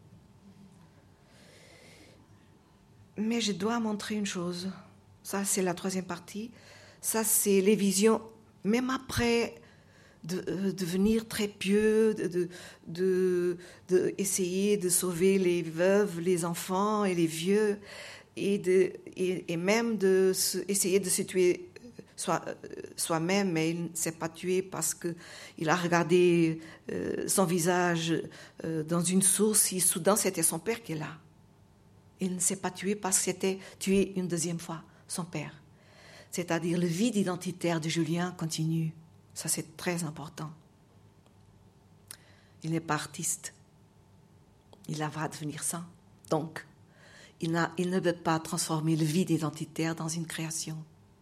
Mais je dois montrer une chose. Ça, c'est la troisième partie. Ça, c'est les visions, même après de devenir très pieux, de essayer de sauver les veuves, les enfants et les vieux, et même essayer de se tuer soi-même, mais il ne s'est pas tué parce qu'il a regardé son visage dans une source, et soudain c'était son père qui est là. Il ne s'est pas tué parce que c'était tué une deuxième fois, son père. C'est-à-dire le vide identitaire de Julien continue. Ça, c'est très important. Il n'est pas artiste. Il va devenir saint. Donc, il ne veut pas transformer le vide identitaire dans une création.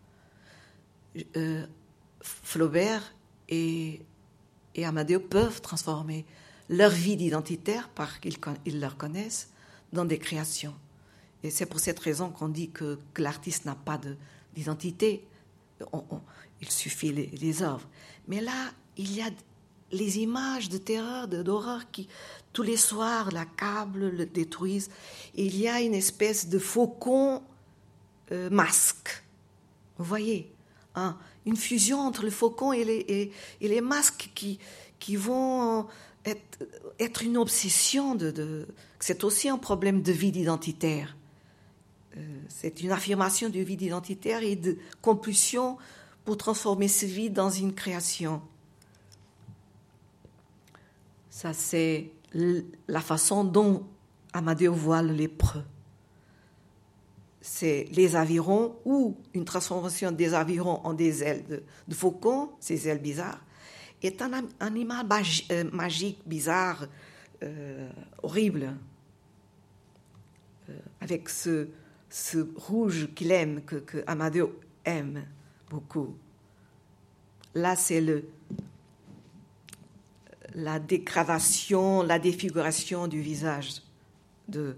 Flaubert et Amadeo peuvent transformer leur vide identitaire, parce qu'ils le reconnaissent, dans des créations. Et c'est pour cette raison qu'on dit que l'artiste n'a pas d'identité. Il suffit les œuvres. Mais là, il y a les images de terreur, d'horreur qui, tous les soirs, l'accablent, le détruisent. Et il y a une espèce de faucon masque. Vous voyez, hein, une fusion entre le faucon et les masques qui vont être une obsession. C'est aussi un problème de vide identitaire. C'est une affirmation du vide identitaire et de compulsion pour transformer ce vide dans une création. Ça, c'est la façon dont Amadeo voit le lépreux. c'est les avirons ou une transformation des avirons en des ailes de faucon, ces ailes bizarres, est un animal magique, bizarre, horrible, avec ce rouge qu'il aime, que Amadeo aime beaucoup. Là, c'est la dégradation, la défiguration du visage de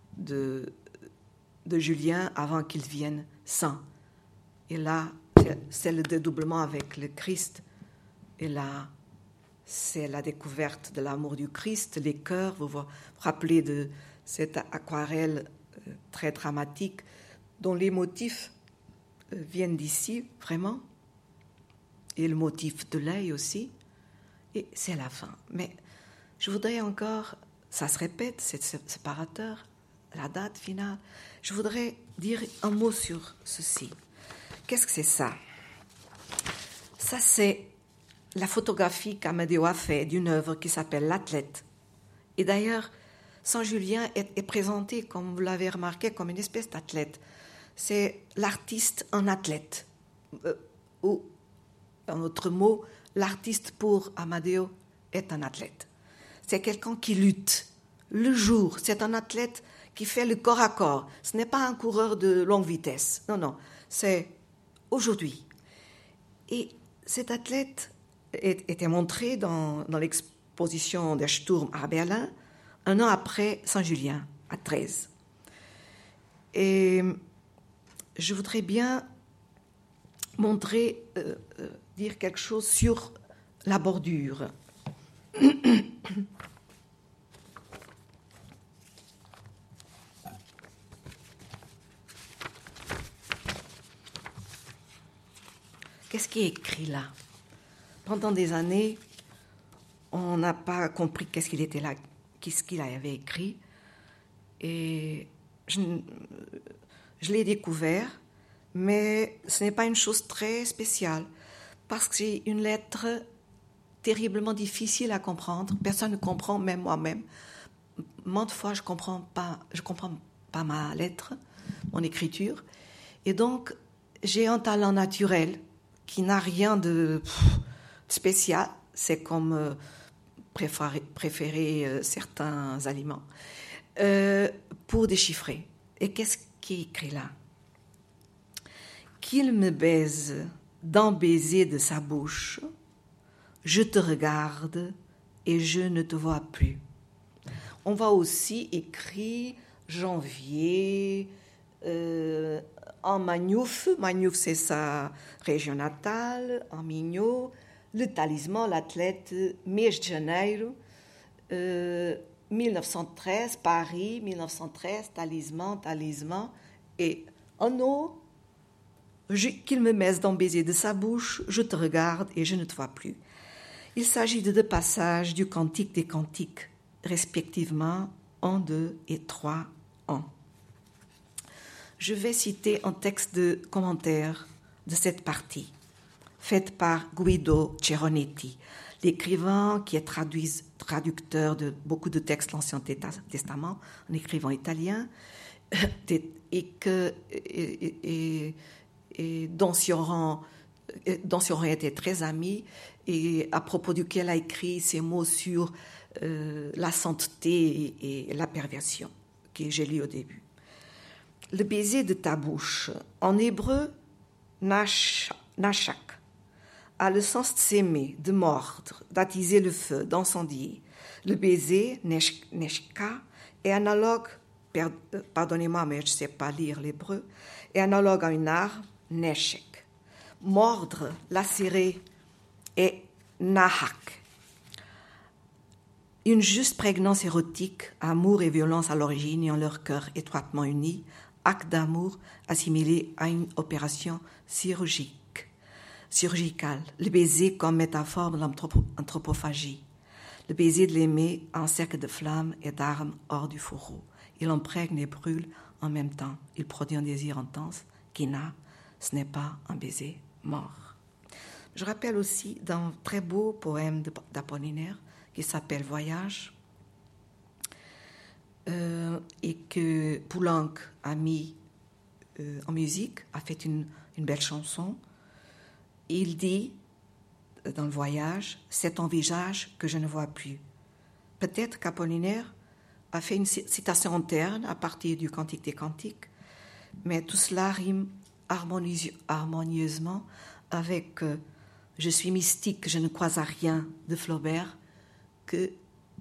Julien avant qu'il vienne saint. Et là, c'est le dédoublement avec le Christ. Et là, c'est la découverte de l'amour du Christ, les cœurs. Vous vous rappelez de cette aquarelle très dramatique dont les motifs viennent d'ici, vraiment. Et le motif de l'œil aussi. Et c'est la fin. Mais je voudrais encore, ça se répète, c'est séparateur, la date finale. Je voudrais dire un mot sur ceci. Qu'est-ce que c'est ça? Ça, c'est la photographie qu'Amadeo a fait d'une œuvre qui s'appelle L'Athlète. Et d'ailleurs, Saint Julien est présenté, comme vous l'avez remarqué, comme une espèce d'athlète. C'est l'artiste en athlète. Ou, en autre mot, l'artiste pour Amadeo est un athlète. C'est quelqu'un qui lutte. Le jour, c'est un athlète qui fait le corps à corps. Ce n'est pas un coureur de longue vitesse. Non, c'est aujourd'hui. Et cet athlète était montré dans l'exposition der Sturm à Berlin, un an après Saint-Julien, à 13. Et je voudrais bien montrer, dire quelque chose sur la bordure. Qu'est-ce qui est écrit là? Pendant des années, on n'a pas compris qu'est-ce qu'il avait écrit. Et je l'ai découvert, mais ce n'est pas une chose très spéciale, parce que c'est une lettre terriblement difficile à comprendre. Personne ne comprend, même moi-même. Maintes fois, je comprends pas ma lettre, mon écriture. Et donc, j'ai un talent naturel qui n'a rien de spécial. C'est comme préférer certains aliments pour déchiffrer. Et qu'est-ce qui est écrit là? Qu'il me baise d'un baiser de sa bouche, je te regarde et je ne te vois plus. On va aussi écrire janvier en Magnouf. Magnouf, c'est sa région natale, en Mignot. Le talisman, l'athlète, mês de janeiro, 1913, Paris, 1913, talisman. Et en eau, qu'il me mette dans le baiser de sa bouche, je te regarde et je ne te vois plus. Il s'agit de deux passages du Cantique des Cantiques, respectivement 1, 2 et 3 ans. Je vais citer un texte de commentaire de cette partie, faite par Guido Ceronetti, l'écrivain qui est traducteur de beaucoup de textes de l'Ancien Testament, un écrivain italien, et dont Sioran était très ami, et à propos duquel a écrit ces mots sur la sainteté et la perversion, que j'ai lu au début. Le baiser de ta bouche, en hébreu, nashak, a le sens de s'aimer, de mordre, d'attiser le feu, d'incendier. Le baiser, neshka, est analogue, pardonnez-moi, mais je ne sais pas lire l'hébreu, est analogue à une arme, neshek. Mordre, lacérer, est nahak. Une juste prégnance érotique, amour et violence à l'origine et en leur cœur étroitement unis, acte d'amour assimilé à une opération chirurgicale. Le baiser comme métaphore de l'anthropophagie. Le baiser de l'aimer en cercle de flammes et d'armes hors du fourreau. Il imprègne et brûle en même temps. Il produit un désir intense qui n'a, ce n'est pas un baiser mort. Je rappelle aussi d'un très beau poème d'Apollinaire qui s'appelle Voyage et que Poulenc a mis en musique, a fait une belle chanson. Il dit, dans le voyage, « C'est ton visage que je ne vois plus ». Peut-être qu'Apollinaire a fait une citation interne à partir du Cantique des Cantiques, mais tout cela rime harmonieusement avec « Je suis mystique, je ne crois à rien » de Flaubert, que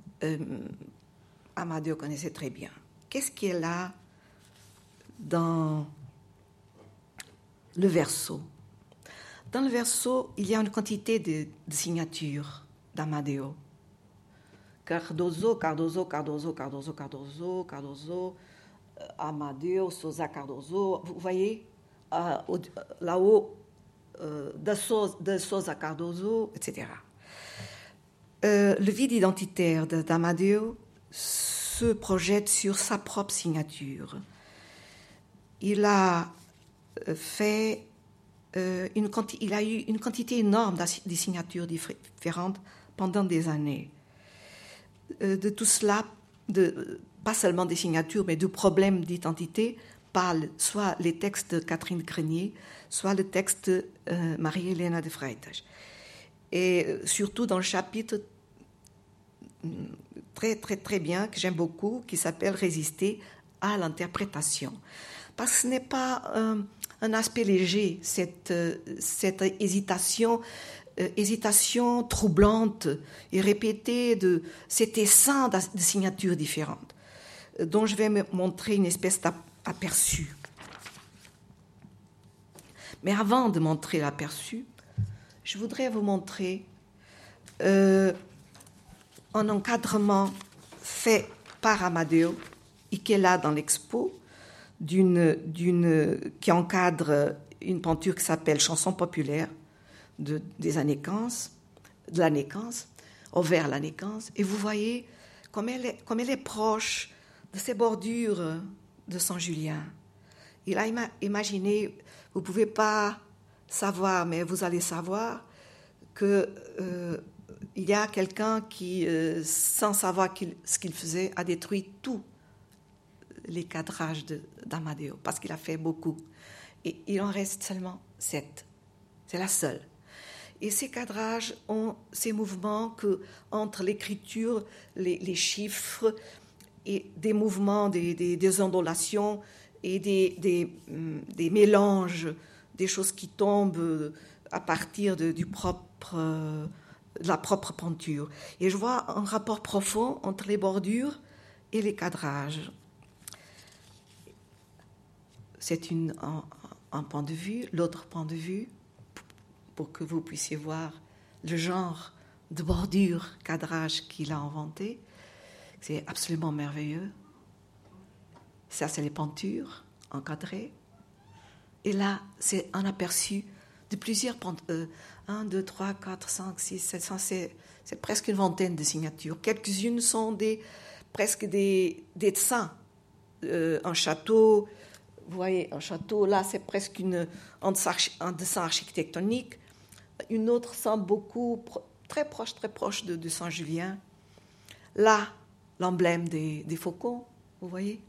Amadeo connaissait très bien. Qu'est-ce qui est là dans le verso? Dans le verso, il y a une quantité de signatures d'Amadeo. Cardoso, Cardoso, Cardoso, Cardoso, Cardoso, Cardoso, Amadeo, Sousa Cardoso. Vous voyez, là-haut, de Sousa Cardoso, etc. Le vide identitaire d'Amadeo se projette sur sa propre signature. Il a fait il a eu une quantité énorme de signatures différentes pendant des années. De tout cela, pas seulement des signatures, mais de problèmes d'identité, parlent soit les textes de Catherine Grenier, soit le texte de Marie-Helena de Freitas. Et surtout dans le chapitre très, très, très bien, que j'aime beaucoup, qui s'appelle « Résister à l'interprétation ». Parce que ce n'est pas un aspect léger, cette hésitation troublante et répétée de cet essaim de signatures différentes, dont je vais me montrer une espèce d'aperçu. Mais avant de montrer l'aperçu, je voudrais vous montrer un encadrement fait par Amadeo et qui est là dans l'expo, qui encadre une peinture qui s'appelle Chanson populaire des années 15, de l'année 15, au vers l'année 15. Et vous voyez comme elle est proche de ces bordures de Saint-Julien. Il a imaginé, vous ne pouvez pas savoir, mais vous allez savoir qu'il y a quelqu'un qui, sans savoir ce qu'il faisait, a détruit tout les cadrages d'Amadeo, parce qu'il a fait beaucoup. Et il en reste seulement 7. C'est la seule. Et ces cadrages ont ces mouvements que, entre l'écriture, les chiffres, et des mouvements, des ondulations, et des mélanges, des choses qui tombent à partir de la propre peinture. Et je vois un rapport profond entre les bordures et les cadrages. C'est un point de vue, l'autre point de vue, pour que vous puissiez voir le genre de bordure, cadrage qu'il a inventé. C'est absolument merveilleux. Ça, c'est les peintures encadrées. Et là, c'est un aperçu de plusieurs peintures. 1, 2, 3, 4, 5, 6, 7, c'est presque une vingtaine de signatures. Quelques-unes sont presque des dessins. Un château. Vous voyez, un château, là, c'est presque un dessin architectonique. Une autre semble très proche de Saint-Julien. Là, l'emblème des faucons, vous voyez.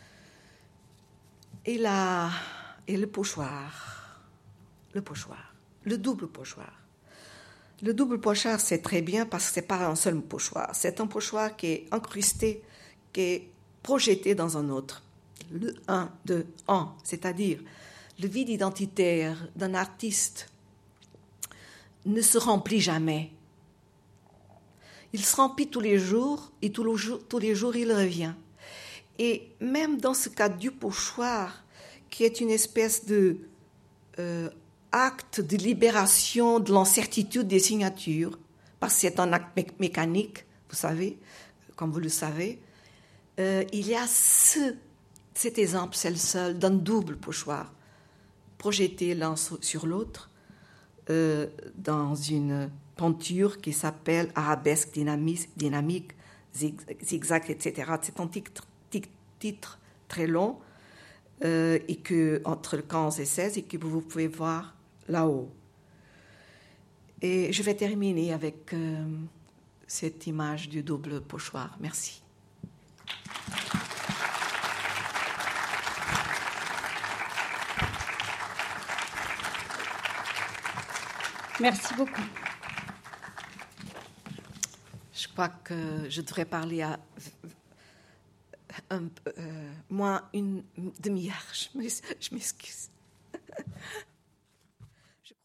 Et là, et le pochoir. Le double pochoir. Le double pochoir, c'est très bien parce que ce n'est pas un seul pochoir. C'est un pochoir qui est incrusté, qui est projeté dans un autre. Le 1, 2, 1, c'est-à-dire le vide identitaire d'un artiste ne se remplit jamais. Il se remplit tous les jours et tous les jours il revient. Et même dans ce cas du pochoir, qui est une espèce de acte de libération de l'incertitude des signatures, parce que c'est un acte mécanique, vous savez, comme vous le savez, il y a cet exemple, c'est le seul, d'un double pochoir, projeté l'un sur l'autre, dans une peinture qui s'appelle Arabesque dynamique, zigzag, etc. C'est un titre très long, et que, entre le 15 et 16, et que vous pouvez voir là-haut. Et je vais terminer avec cette image du double pochoir. Merci. Merci beaucoup. Je crois que je devrais parler à moins une demi-heure. Je m'excuse.